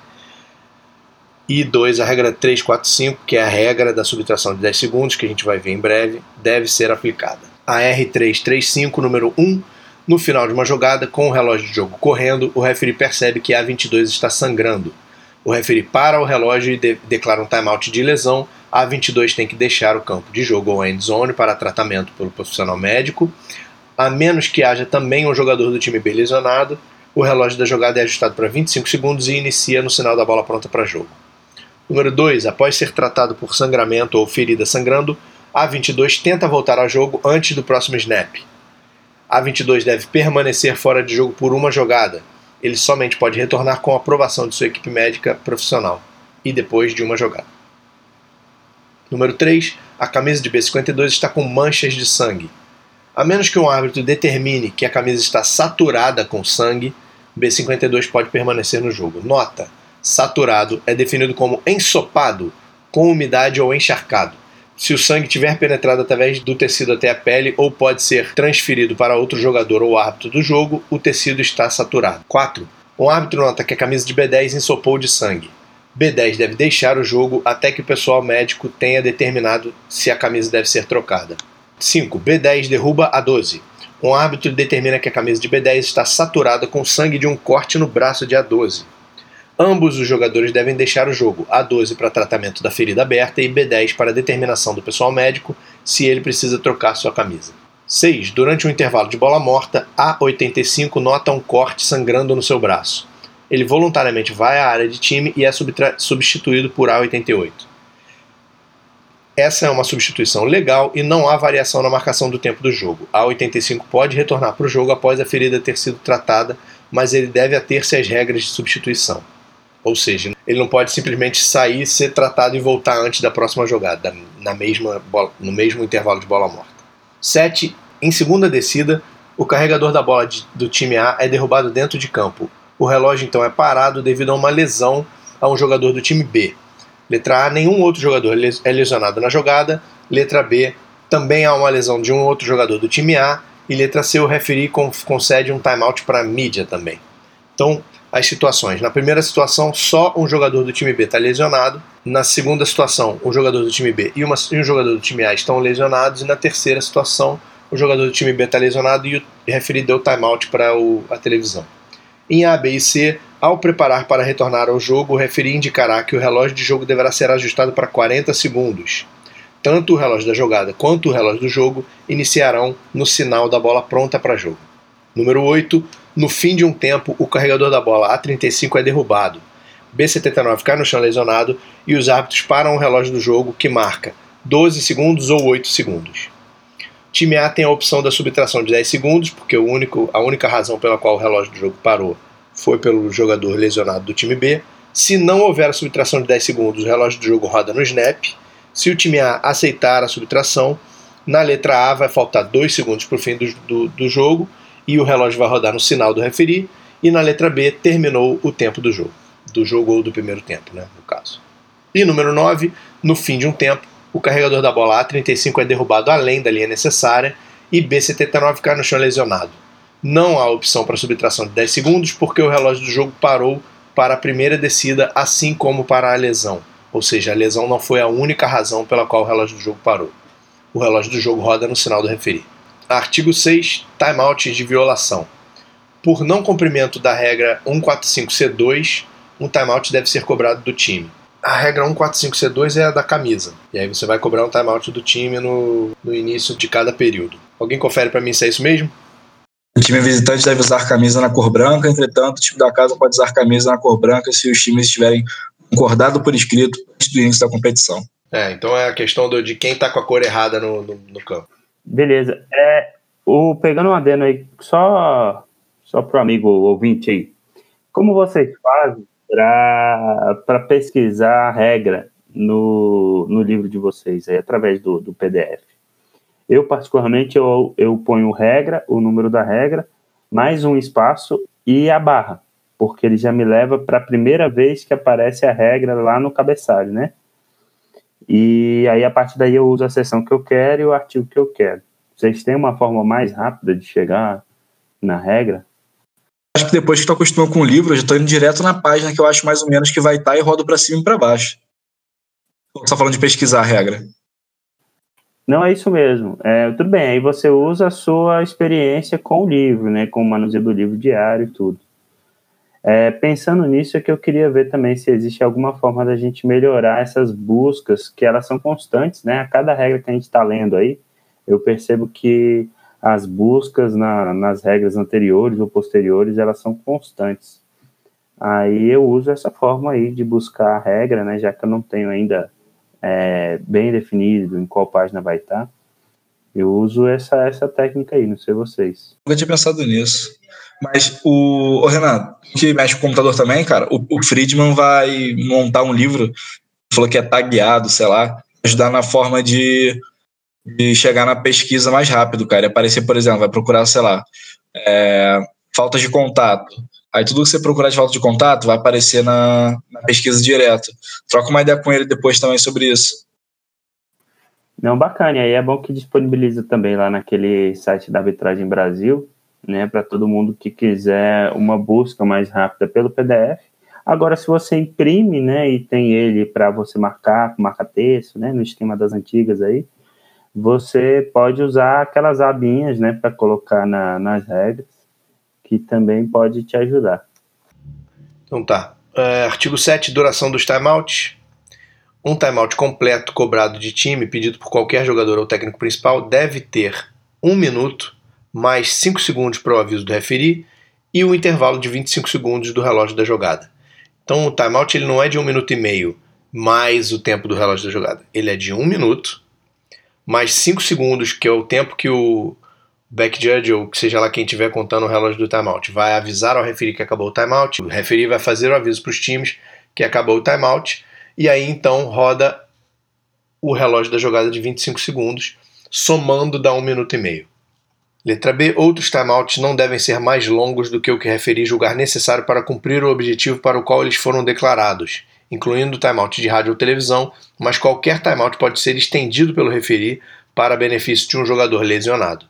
E dois. A regra três quatro cinco, que é a regra da subtração de dez segundos, que a gente vai ver em breve, deve ser aplicada. A R trezentos e trinta e cinco, número um. No final de uma jogada, com o relógio de jogo correndo, o referee percebe que a vinte e dois está sangrando. O referee para o relógio e de- declara um timeout de lesão. A vinte e dois tem que deixar o campo de jogo ou end zone para tratamento pelo profissional médico. A menos que haja também um jogador do time B lesionado, o relógio da jogada é ajustado para vinte e cinco segundos e inicia no sinal da bola pronta para jogo. Número dois. Após ser tratado por sangramento ou ferida sangrando, a vinte e dois tenta voltar ao jogo antes do próximo snap. A vinte e dois deve permanecer fora de jogo por uma jogada. Ele somente pode retornar com a aprovação de sua equipe médica profissional e depois de uma jogada. Número três. A camisa de B cinquenta e dois está com manchas de sangue. A menos que um árbitro determine que a camisa está saturada com sangue, B cinquenta e dois pode permanecer no jogo. Nota: saturado é definido como ensopado, com umidade ou encharcado. Se o sangue tiver penetrado através do tecido até a pele ou pode ser transferido para outro jogador ou árbitro do jogo, o tecido está saturado. quatro. Um árbitro nota que a camisa de B dez ensopou de sangue. B dez deve deixar o jogo até que o pessoal médico tenha determinado se a camisa deve ser trocada. cinco. B dez derruba a doze. Um árbitro determina que a camisa de B dez está saturada com sangue de um corte no braço de A doze. Ambos os jogadores devem deixar o jogo, A doze para tratamento da ferida aberta e B dez para determinação do pessoal médico se ele precisa trocar sua camisa. seis. Durante um intervalo de bola morta, A oitenta e cinco nota um corte sangrando no seu braço. Ele voluntariamente vai à área de time e é subtra- substituído por A oitenta e oito. Essa é uma substituição legal e não há variação na marcação do tempo do jogo. A oitenta e cinco pode retornar para o jogo após a ferida ter sido tratada, mas ele deve ater-se às regras de substituição. Ou seja, ele não pode simplesmente sair, ser tratado e voltar antes da próxima jogada, na mesma bola, no mesmo intervalo de bola morta. sete. Em segunda descida, o carregador da bola de, do time A é derrubado dentro de campo. O relógio então é parado devido a uma lesão a um jogador do time B. Letra A, nenhum outro jogador é lesionado na jogada. Letra B, também há uma lesão de um outro jogador do time A. E letra C, o referee concede um timeout para a mídia também. Então, as situações. Na primeira situação, só um jogador do time B está lesionado. Na segunda situação, um jogador do time B e, uma, e um jogador do time A estão lesionados. E na terceira situação, o jogador do time B está lesionado e o referee deu timeout para a televisão. Em A, B e C, ao preparar para retornar ao jogo, o referee indicará que o relógio de jogo deverá ser ajustado para quarenta segundos. Tanto o relógio da jogada quanto o relógio do jogo iniciarão no sinal da bola pronta para jogo. Número oito. No fim de um tempo, o carregador da bola A trinta e cinco é derrubado. B setenta e nove cai no chão lesionado e os árbitros param o relógio do jogo, que marca doze segundos ou oito segundos. Time A tem a opção da subtração de dez segundos, porque o único, a única razão pela qual o relógio do jogo parou foi pelo jogador lesionado do time B. Se não houver a subtração de dez segundos, o relógio do jogo roda no snap. Se o time A aceitar a subtração, na letra A vai faltar dois segundos para o fim do, do, do jogo e o relógio vai rodar no sinal do referee. E na letra B, terminou o tempo do jogo. Do jogo ou do primeiro tempo, né, no caso. E número nove, no fim de um tempo, o carregador da bola A trinta e cinco é derrubado além da linha necessária e B setenta e nove cai no chão lesionado. Não há opção para subtração de dez segundos porque o relógio do jogo parou para a primeira descida, assim como para a lesão. Ou seja, a lesão não foi a única razão pela qual o relógio do jogo parou. O relógio do jogo roda no sinal do referee. Artigo seis. Timeout de violação. Por não cumprimento da regra cento e quarenta e cinco C dois, um timeout deve ser cobrado do time. A regra cento e quarenta e cinco C dois é a da camisa. E aí você vai cobrar um timeout do time no, no início de cada período. Alguém confere para mim se é isso mesmo? O time visitante deve usar camisa na cor branca, entretanto, o time da casa pode usar camisa na cor branca se os times estiverem concordado por escrito antes do início da competição. É, então é a questão do, de quem tá com a cor errada no, no, no campo. Beleza. É, o, pegando um adendo aí, só, só pro amigo ouvinte aí, como vocês fazem para pesquisar a regra no, no livro de vocês, aí, através do, do P D F? Eu, particularmente, eu, eu ponho regra, o número da regra, mais um espaço e a barra, porque ele já me leva para a primeira vez que aparece a regra lá no cabeçalho, né? E aí, a partir daí, eu uso a seção que eu quero e o artigo que eu quero. Vocês têm uma forma mais rápida de chegar na regra? Acho que depois que tu acostuma com o livro, eu já estou indo direto na página que eu acho mais ou menos que vai estar e rodo para cima e para baixo. Só falando de pesquisar a regra. Não, é isso mesmo. É, tudo bem, aí você usa a sua experiência com o livro, né, com o manuseio do livro diário e tudo. É, pensando nisso é que eu queria ver também se existe alguma forma da gente melhorar essas buscas, que elas são constantes, né? A cada regra que a gente está lendo aí, eu percebo que as buscas na, nas regras anteriores ou posteriores, elas são constantes. Aí eu uso essa forma aí de buscar a regra, né, já que eu não tenho ainda é, bem definido em qual página vai estar. Eu uso essa, essa técnica aí, não sei vocês. Nunca tinha pensado nisso. Mas o, o Renato, que mexe com o computador também, cara, o, o Friedman vai montar um livro, falou que é tagueado, sei lá, ajudar na forma de, de chegar na pesquisa mais rápido, cara. E aparecer, por exemplo, vai procurar, sei lá, é, faltas de contato. Aí tudo que você procurar de falta de contato vai aparecer na, na pesquisa direto. Troca uma ideia com ele depois também sobre isso. Não, bacana. E aí é bom que disponibiliza também lá naquele site da Arbitragem Brasil, né, para todo mundo que quiser uma busca mais rápida pelo P D F. Agora, se você imprime, né, e tem ele para você marcar, marca texto, né, no esquema das antigas aí, você pode usar aquelas abinhas, né, para colocar na, nas regras, que também pode te ajudar. Então tá. É, artigo sete, duração dos timeouts. Um timeout completo cobrado de time, pedido por qualquer jogador ou técnico principal, deve ter um minuto mais cinco segundos para o aviso do referee e um intervalo de vinte e cinco segundos do relógio da jogada. Então o timeout ele não é de um minuto e meio mais o tempo do relógio da jogada. Ele é de um minuto mais cinco segundos, que é o tempo que o back judge, ou que seja lá quem estiver contando o relógio do timeout, vai avisar ao referee que acabou o timeout. O referee vai fazer o aviso para os times que acabou o timeout. E aí então roda o relógio da jogada de vinte e cinco segundos, somando dá um minuto e meio. Letra B. Outros timeouts não devem ser mais longos do que o que o referee julgar necessário para cumprir o objetivo para o qual eles foram declarados, incluindo o timeout de rádio ou televisão, mas qualquer timeout pode ser estendido pelo referee para benefício de um jogador lesionado.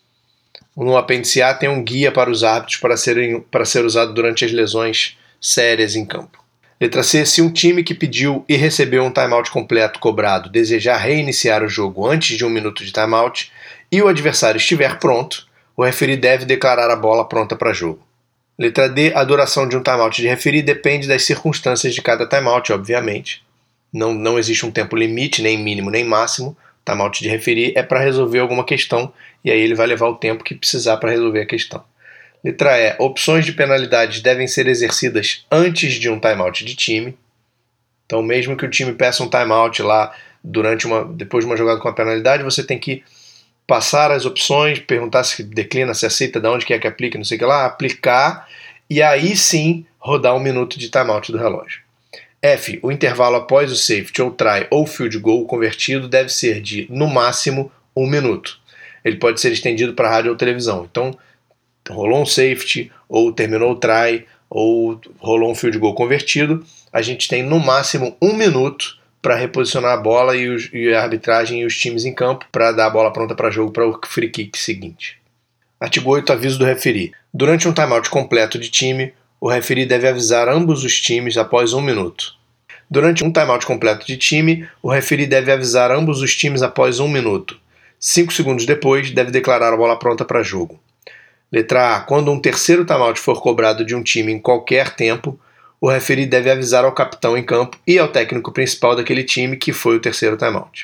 No apêndice A tem um guia para os árbitros para, serem, para ser usado durante as lesões sérias em campo. Letra C. Se um time que pediu e recebeu um timeout completo cobrado desejar reiniciar o jogo antes de um minuto de timeout e o adversário estiver pronto, o referee deve declarar a bola pronta para jogo. Letra D. A duração de um timeout de referee depende das circunstâncias de cada timeout, obviamente. Não, não existe um tempo limite, nem mínimo nem máximo. Timeout de referee é para resolver alguma questão e aí ele vai levar o tempo que precisar para resolver a questão. Letra E. Opções de penalidades devem ser exercidas antes de um timeout de time. Então, mesmo que o time peça um timeout lá durante uma, depois de uma jogada com a penalidade, você tem que passar as opções, perguntar se declina, se aceita, de onde quer que aplique, não sei o que lá, aplicar e aí sim rodar um minuto de timeout do relógio. F. O intervalo após o safety ou try ou field goal convertido deve ser de, no máximo, um minuto. Ele pode ser estendido para rádio ou televisão. Então, rolou um safety, ou terminou o try, ou rolou um field goal convertido, a gente tem no máximo um minuto para reposicionar a bola e, os, e a arbitragem e os times em campo para dar a bola pronta para jogo para o free kick seguinte. Artigo oito. Aviso do referee. Durante um timeout completo de time, o referee deve avisar ambos os times após um minuto. Durante um timeout completo de time, o referee deve avisar ambos os times após um minuto. Cinco segundos depois, deve declarar a bola pronta para jogo. Letra A. Quando um terceiro timeout for cobrado de um time em qualquer tempo, o referee deve avisar ao capitão em campo e ao técnico principal daquele time que foi o terceiro timeout.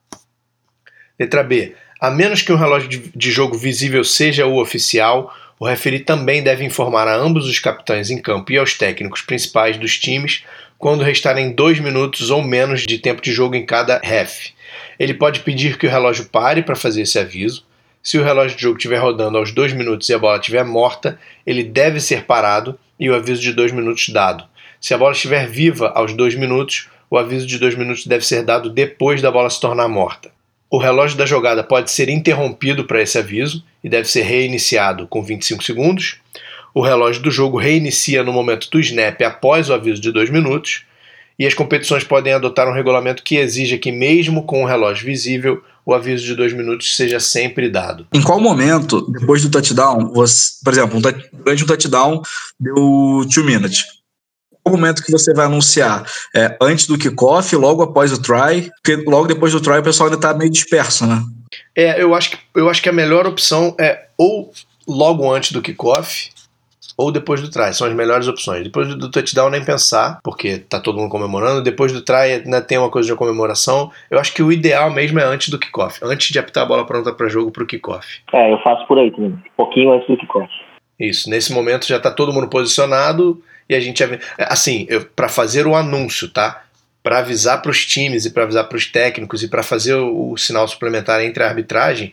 Letra B. A menos que um relógio de jogo visível seja o oficial, o referee também deve informar a ambos os capitães em campo e aos técnicos principais dos times quando restarem dois minutos ou menos de tempo de jogo em cada ref. Ele pode pedir que o relógio pare para fazer esse aviso. Se o relógio de jogo estiver rodando aos dois minutos e a bola estiver morta, ele deve ser parado e o aviso de dois minutos dado. Se a bola estiver viva aos dois minutos, o aviso de dois minutos deve ser dado depois da bola se tornar morta. O relógio da jogada pode ser interrompido para esse aviso e deve ser reiniciado com vinte e cinco segundos. O relógio do jogo reinicia no momento do snap após o aviso de dois minutos. E as competições podem adotar um regulamento que exija que, mesmo com o relógio visível, o aviso de dois minutos seja sempre dado. Em qual momento, depois do touchdown, você, por exemplo, um touch, durante o touchdown deu two minutes. Qual momento que você vai anunciar? É, antes do kickoff, logo após o try? Porque logo depois do try o pessoal ainda está meio disperso, né? É, eu acho que, eu acho que a melhor opção é ou logo antes do kickoff ou depois do try. São as melhores opções. Depois do touchdown nem pensar, porque tá todo mundo comemorando. Depois do try ainda tem uma coisa de comemoração. Eu acho que o ideal mesmo é antes do kickoff. Antes de apitar a bola pronta para jogo pro kickoff. É, eu faço por aí também. Um pouquinho antes do kickoff. Isso. Nesse momento já tá todo mundo posicionado e a gente... Assim, para fazer o anúncio, tá? Para avisar para os times e para avisar para os técnicos e para fazer o, o sinal suplementar entre a arbitragem,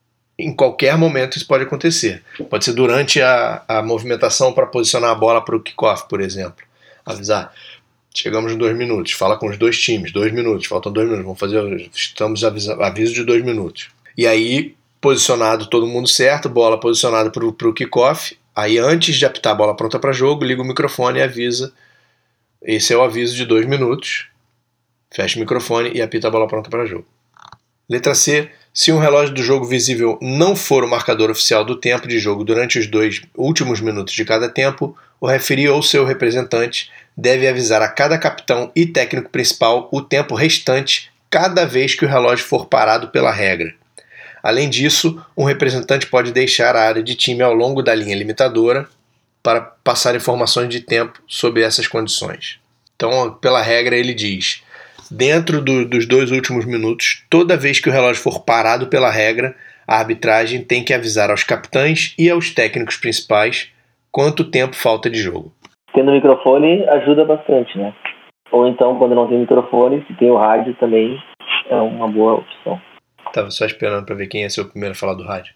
em qualquer momento isso pode acontecer. Pode ser durante a, a movimentação para posicionar a bola para o kickoff, por exemplo. Avisar, chegamos em dois minutos, fala com os dois times, dois minutos, faltam dois minutos, vamos fazer, estamos aviso, aviso de dois minutos. E aí, posicionado todo mundo certo, bola posicionada para o kickoff, aí antes de apitar a bola pronta para jogo, liga o microfone e avisa. Esse é o aviso de dois minutos. Fecha o microfone e apita a bola pronta para jogo. Letra C. Se um relógio do jogo visível não for o marcador oficial do tempo de jogo durante os dois últimos minutos de cada tempo, o referee ou seu representante deve avisar a cada capitão e técnico principal o tempo restante cada vez que o relógio for parado pela regra. Além disso, um representante pode deixar a área de time ao longo da linha limitadora para passar informações de tempo sobre essas condições. Então, pela regra, ele diz: dentro do, dos dois últimos minutos, toda vez que o relógio for parado pela regra, a arbitragem tem que avisar aos capitães e aos técnicos principais quanto tempo falta de jogo. Tendo microfone ajuda bastante, né? Ou então, quando não tem microfone, se tem o rádio também é uma boa opção. Tava só esperando para ver quem ia ser o primeiro a falar do rádio.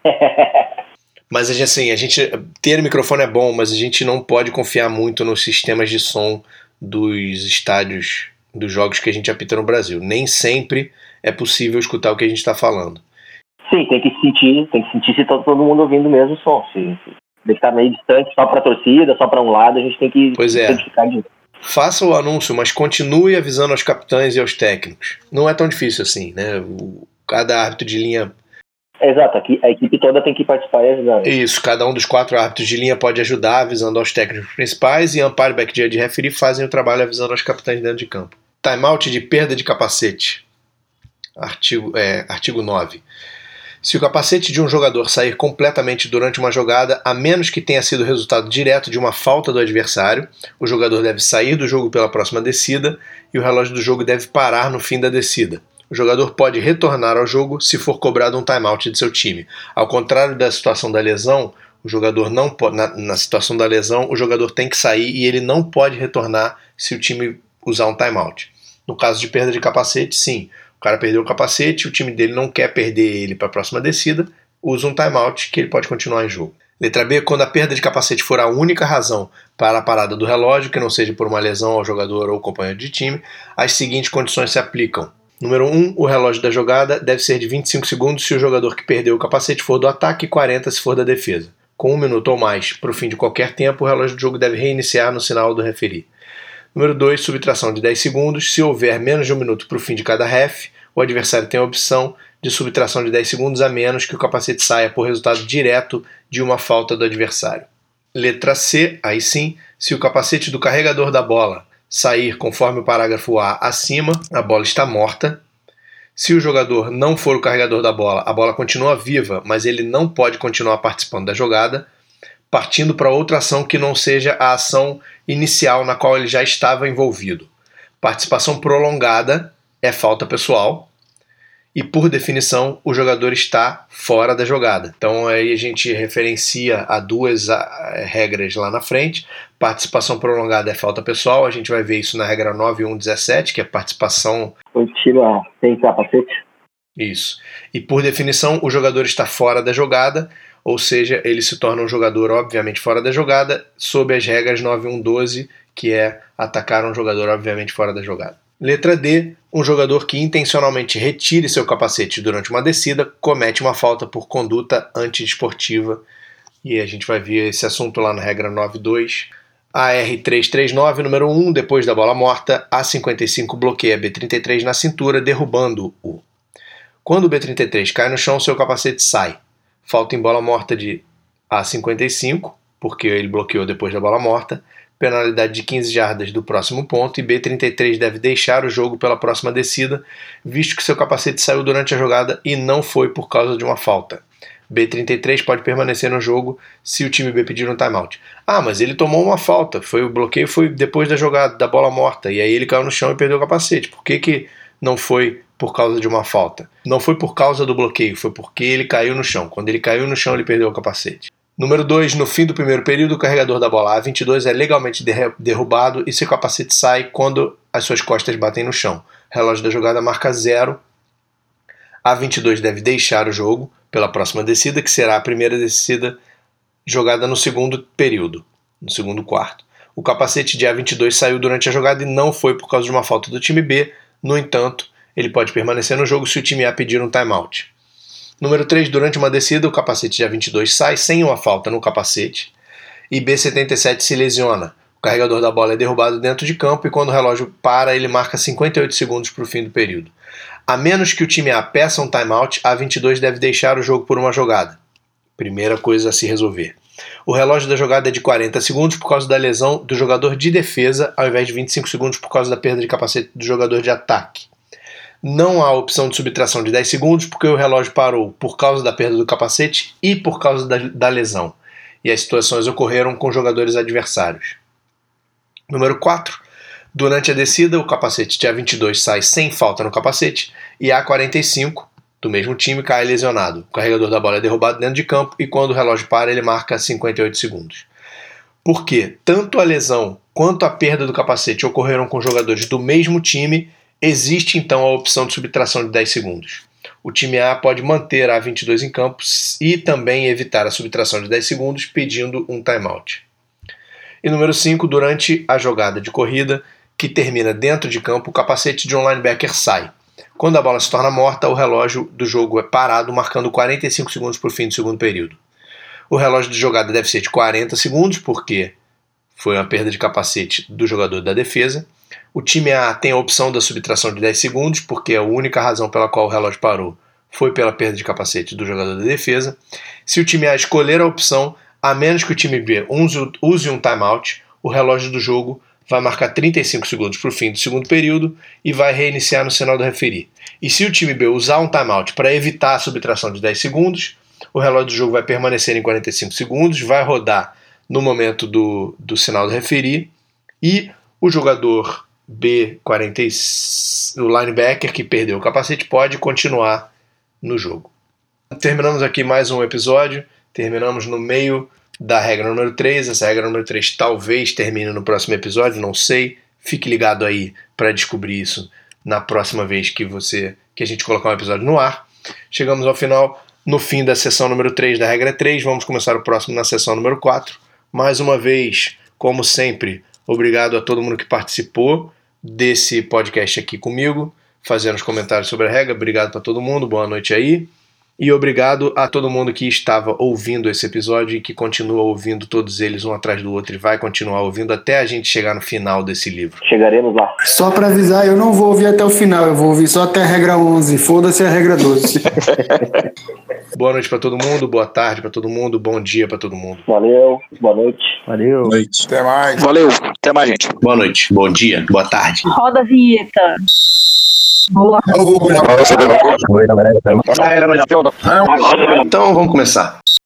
Mas assim, a gente ter microfone é bom, mas a gente não pode confiar muito nos sistemas de som dos estádios dos jogos que a gente apita no Brasil. Nem sempre é possível escutar o que a gente está falando. Sim, tem que sentir, tem que sentir se está todo mundo ouvindo o mesmo som. Se, se tem que estar meio distante só para a torcida, só para um lado, a gente tem que pois é. identificar de... Faça o anúncio, mas continue avisando aos capitães e aos técnicos. Não é tão difícil assim, né? O, cada árbitro de linha... Exato, aqui, a equipe toda tem que participar e ajudar. Isso, cada um dos quatro árbitros de linha pode ajudar avisando aos técnicos principais e umpire, backjudge e referee fazem o trabalho avisando aos capitães dentro de campo. Timeout de perda de capacete. Artigo, é, artigo nove. Se o capacete de um jogador sair completamente durante uma jogada, a menos que tenha sido resultado direto de uma falta do adversário, o jogador deve sair do jogo pela próxima descida e o relógio do jogo deve parar no fim da descida. O jogador pode retornar ao jogo se for cobrado um timeout de seu time. Ao contrário da situação da lesão, o jogador não pode, na, na situação da lesão, o jogador tem que sair e ele não pode retornar se o time usar um timeout. No caso de perda de capacete, sim. O cara perdeu o capacete, o time dele não quer perder ele para a próxima descida, usa um timeout que ele pode continuar em jogo. Letra B. Quando a perda de capacete for a única razão para a parada do relógio, que não seja por uma lesão ao jogador ou companheiro de time, as seguintes condições se aplicam. Número um. O relógio da jogada deve ser de vinte e cinco segundos se o jogador que perdeu o capacete for do ataque e quarenta se for da defesa. Com um minuto ou mais para o fim de qualquer tempo, o relógio do jogo deve reiniciar no sinal do referee. Número dois, subtração de dez segundos. Se houver menos de um minuto para o fim de cada ref, o adversário tem a opção de subtração de dez segundos a menos que o capacete saia por resultado direto de uma falta do adversário. Letra C, aí sim, se o capacete do carregador da bola sair conforme o parágrafo A acima, a bola está morta. Se o jogador não for o carregador da bola, a bola continua viva, mas ele não pode continuar participando da jogada, partindo para outra ação que não seja a ação inicial na qual ele já estava envolvido. Participação prolongada é falta pessoal e, por definição, o jogador está fora da jogada. Então aí a gente referencia a duas regras lá na frente. Participação prolongada é falta pessoal, a gente vai ver isso na regra nove ponto um ponto dezessete, que é participação... Continua sem capacete. Isso. E por definição, o jogador está fora da jogada, ou seja, ele se torna um jogador obviamente fora da jogada, sob as regras nove ponto um ponto doze, que é atacar um jogador obviamente fora da jogada. Letra D, um jogador que intencionalmente retire seu capacete durante uma descida comete uma falta por conduta antidesportiva, e a gente vai ver esse assunto lá na regra nove ponto dois. A R trezentos e trinta e nove, número um, depois da bola morta, A cinquenta e cinco bloqueia B trinta e três na cintura, derrubando-o. Quando o B trinta e três cai no chão, seu capacete sai. Falta em bola morta de A cinquenta e cinco, porque ele bloqueou depois da bola morta, penalidade de quinze jardas do próximo ponto, e B trinta e três deve deixar o jogo pela próxima descida, visto que seu capacete saiu durante a jogada e não foi por causa de uma falta. B trinta e três pode permanecer no jogo se o time B pedir um timeout. Ah, mas ele tomou uma falta, foi o bloqueio foi depois da jogada, da bola morta, e aí ele caiu no chão e perdeu o capacete. Por que que não foi por causa de uma falta? Não foi por causa do bloqueio, foi porque ele caiu no chão. Quando ele caiu no chão, ele perdeu o capacete. Número dois, no fim do primeiro período, o carregador da bola A vinte e dois é legalmente derrubado e seu capacete sai quando as suas costas batem no chão. O relógio da jogada marca zero. A vinte e dois deve deixar o jogo pela próxima descida, que será a primeira descida jogada no segundo período, no segundo quarto. O capacete de A vinte e dois saiu durante a jogada e não foi por causa de uma falta do time B. No entanto, ele pode permanecer no jogo se o time A pedir um timeout. Número três, durante uma descida, o capacete de A vinte e dois sai sem uma falta no capacete e B setenta e sete se lesiona. O carregador da bola é derrubado dentro de campo e quando o relógio para, ele marca cinquenta e oito segundos para o fim do período. A menos que o time A peça um timeout, A vinte e dois deve deixar o jogo por uma jogada. Primeira coisa a se resolver. O relógio da jogada é de quarenta segundos por causa da lesão do jogador de defesa, ao invés de vinte e cinco segundos por causa da perda de capacete do jogador de ataque. Não há opção de subtração de dez segundos porque o relógio parou por causa da perda do capacete e por causa da, da lesão. E as situações ocorreram com jogadores adversários. Número quatro. Durante a descida, o capacete de A vinte e dois sai sem falta no capacete e A quarenta e cinco, do mesmo time, cai lesionado. O carregador da bola é derrubado dentro de campo e quando o relógio para, ele marca cinquenta e oito segundos. Porque tanto a lesão quanto a perda do capacete ocorreram com jogadores do mesmo time, existe então a opção de subtração de dez segundos. O time A pode manter a A vinte e dois em campo e também evitar a subtração de dez segundos pedindo um timeout. E número cinco, durante a jogada de corrida, que termina dentro de campo, o capacete de um linebacker sai. Quando a bola se torna morta, o relógio do jogo é parado, marcando quarenta e cinco segundos para o fim do segundo período. O relógio de jogada deve ser de quarenta segundos, porque foi uma perda de capacete do jogador da defesa. O time A tem a opção da subtração de dez segundos, porque a única razão pela qual o relógio parou foi pela perda de capacete do jogador da defesa. Se o time A escolher a opção, a menos que o time B use um timeout, o relógio do jogo vai marcar trinta e cinco segundos para o fim do segundo período e vai reiniciar no sinal do referee. E se o time B usar um timeout para evitar a subtração de dez segundos, o relógio do jogo vai permanecer em quarenta e cinco segundos, vai rodar no momento do, do sinal do referee e o jogador B quarenta, o linebacker que perdeu o capacete, pode continuar no jogo. Terminamos aqui mais um episódio, terminamos no meio da regra número três, essa regra número três talvez termine no próximo episódio, não sei, fique ligado aí para descobrir isso na próxima vez que, você, que a gente colocar um episódio no ar. Chegamos ao final, no fim da sessão número três da regra três, vamos começar o próximo na sessão número quatro. Mais uma vez, como sempre, obrigado a todo mundo que participou desse podcast aqui comigo, fazendo os comentários sobre a regra, obrigado para todo mundo, boa noite aí. E obrigado a todo mundo que estava ouvindo esse episódio e que continua ouvindo todos eles um atrás do outro e vai continuar ouvindo até a gente chegar no final desse livro. Chegaremos lá. Só pra avisar, eu não vou ouvir até o final, eu vou ouvir só até a regra onze. Foda-se a regra doze. Boa noite pra todo mundo, boa tarde pra todo mundo, bom dia pra todo mundo. Valeu, boa noite. Valeu. Boa noite. Até mais. Valeu, até mais, gente. Boa noite, bom dia, boa tarde. Roda a vinheta. Boa. Então vamos começar.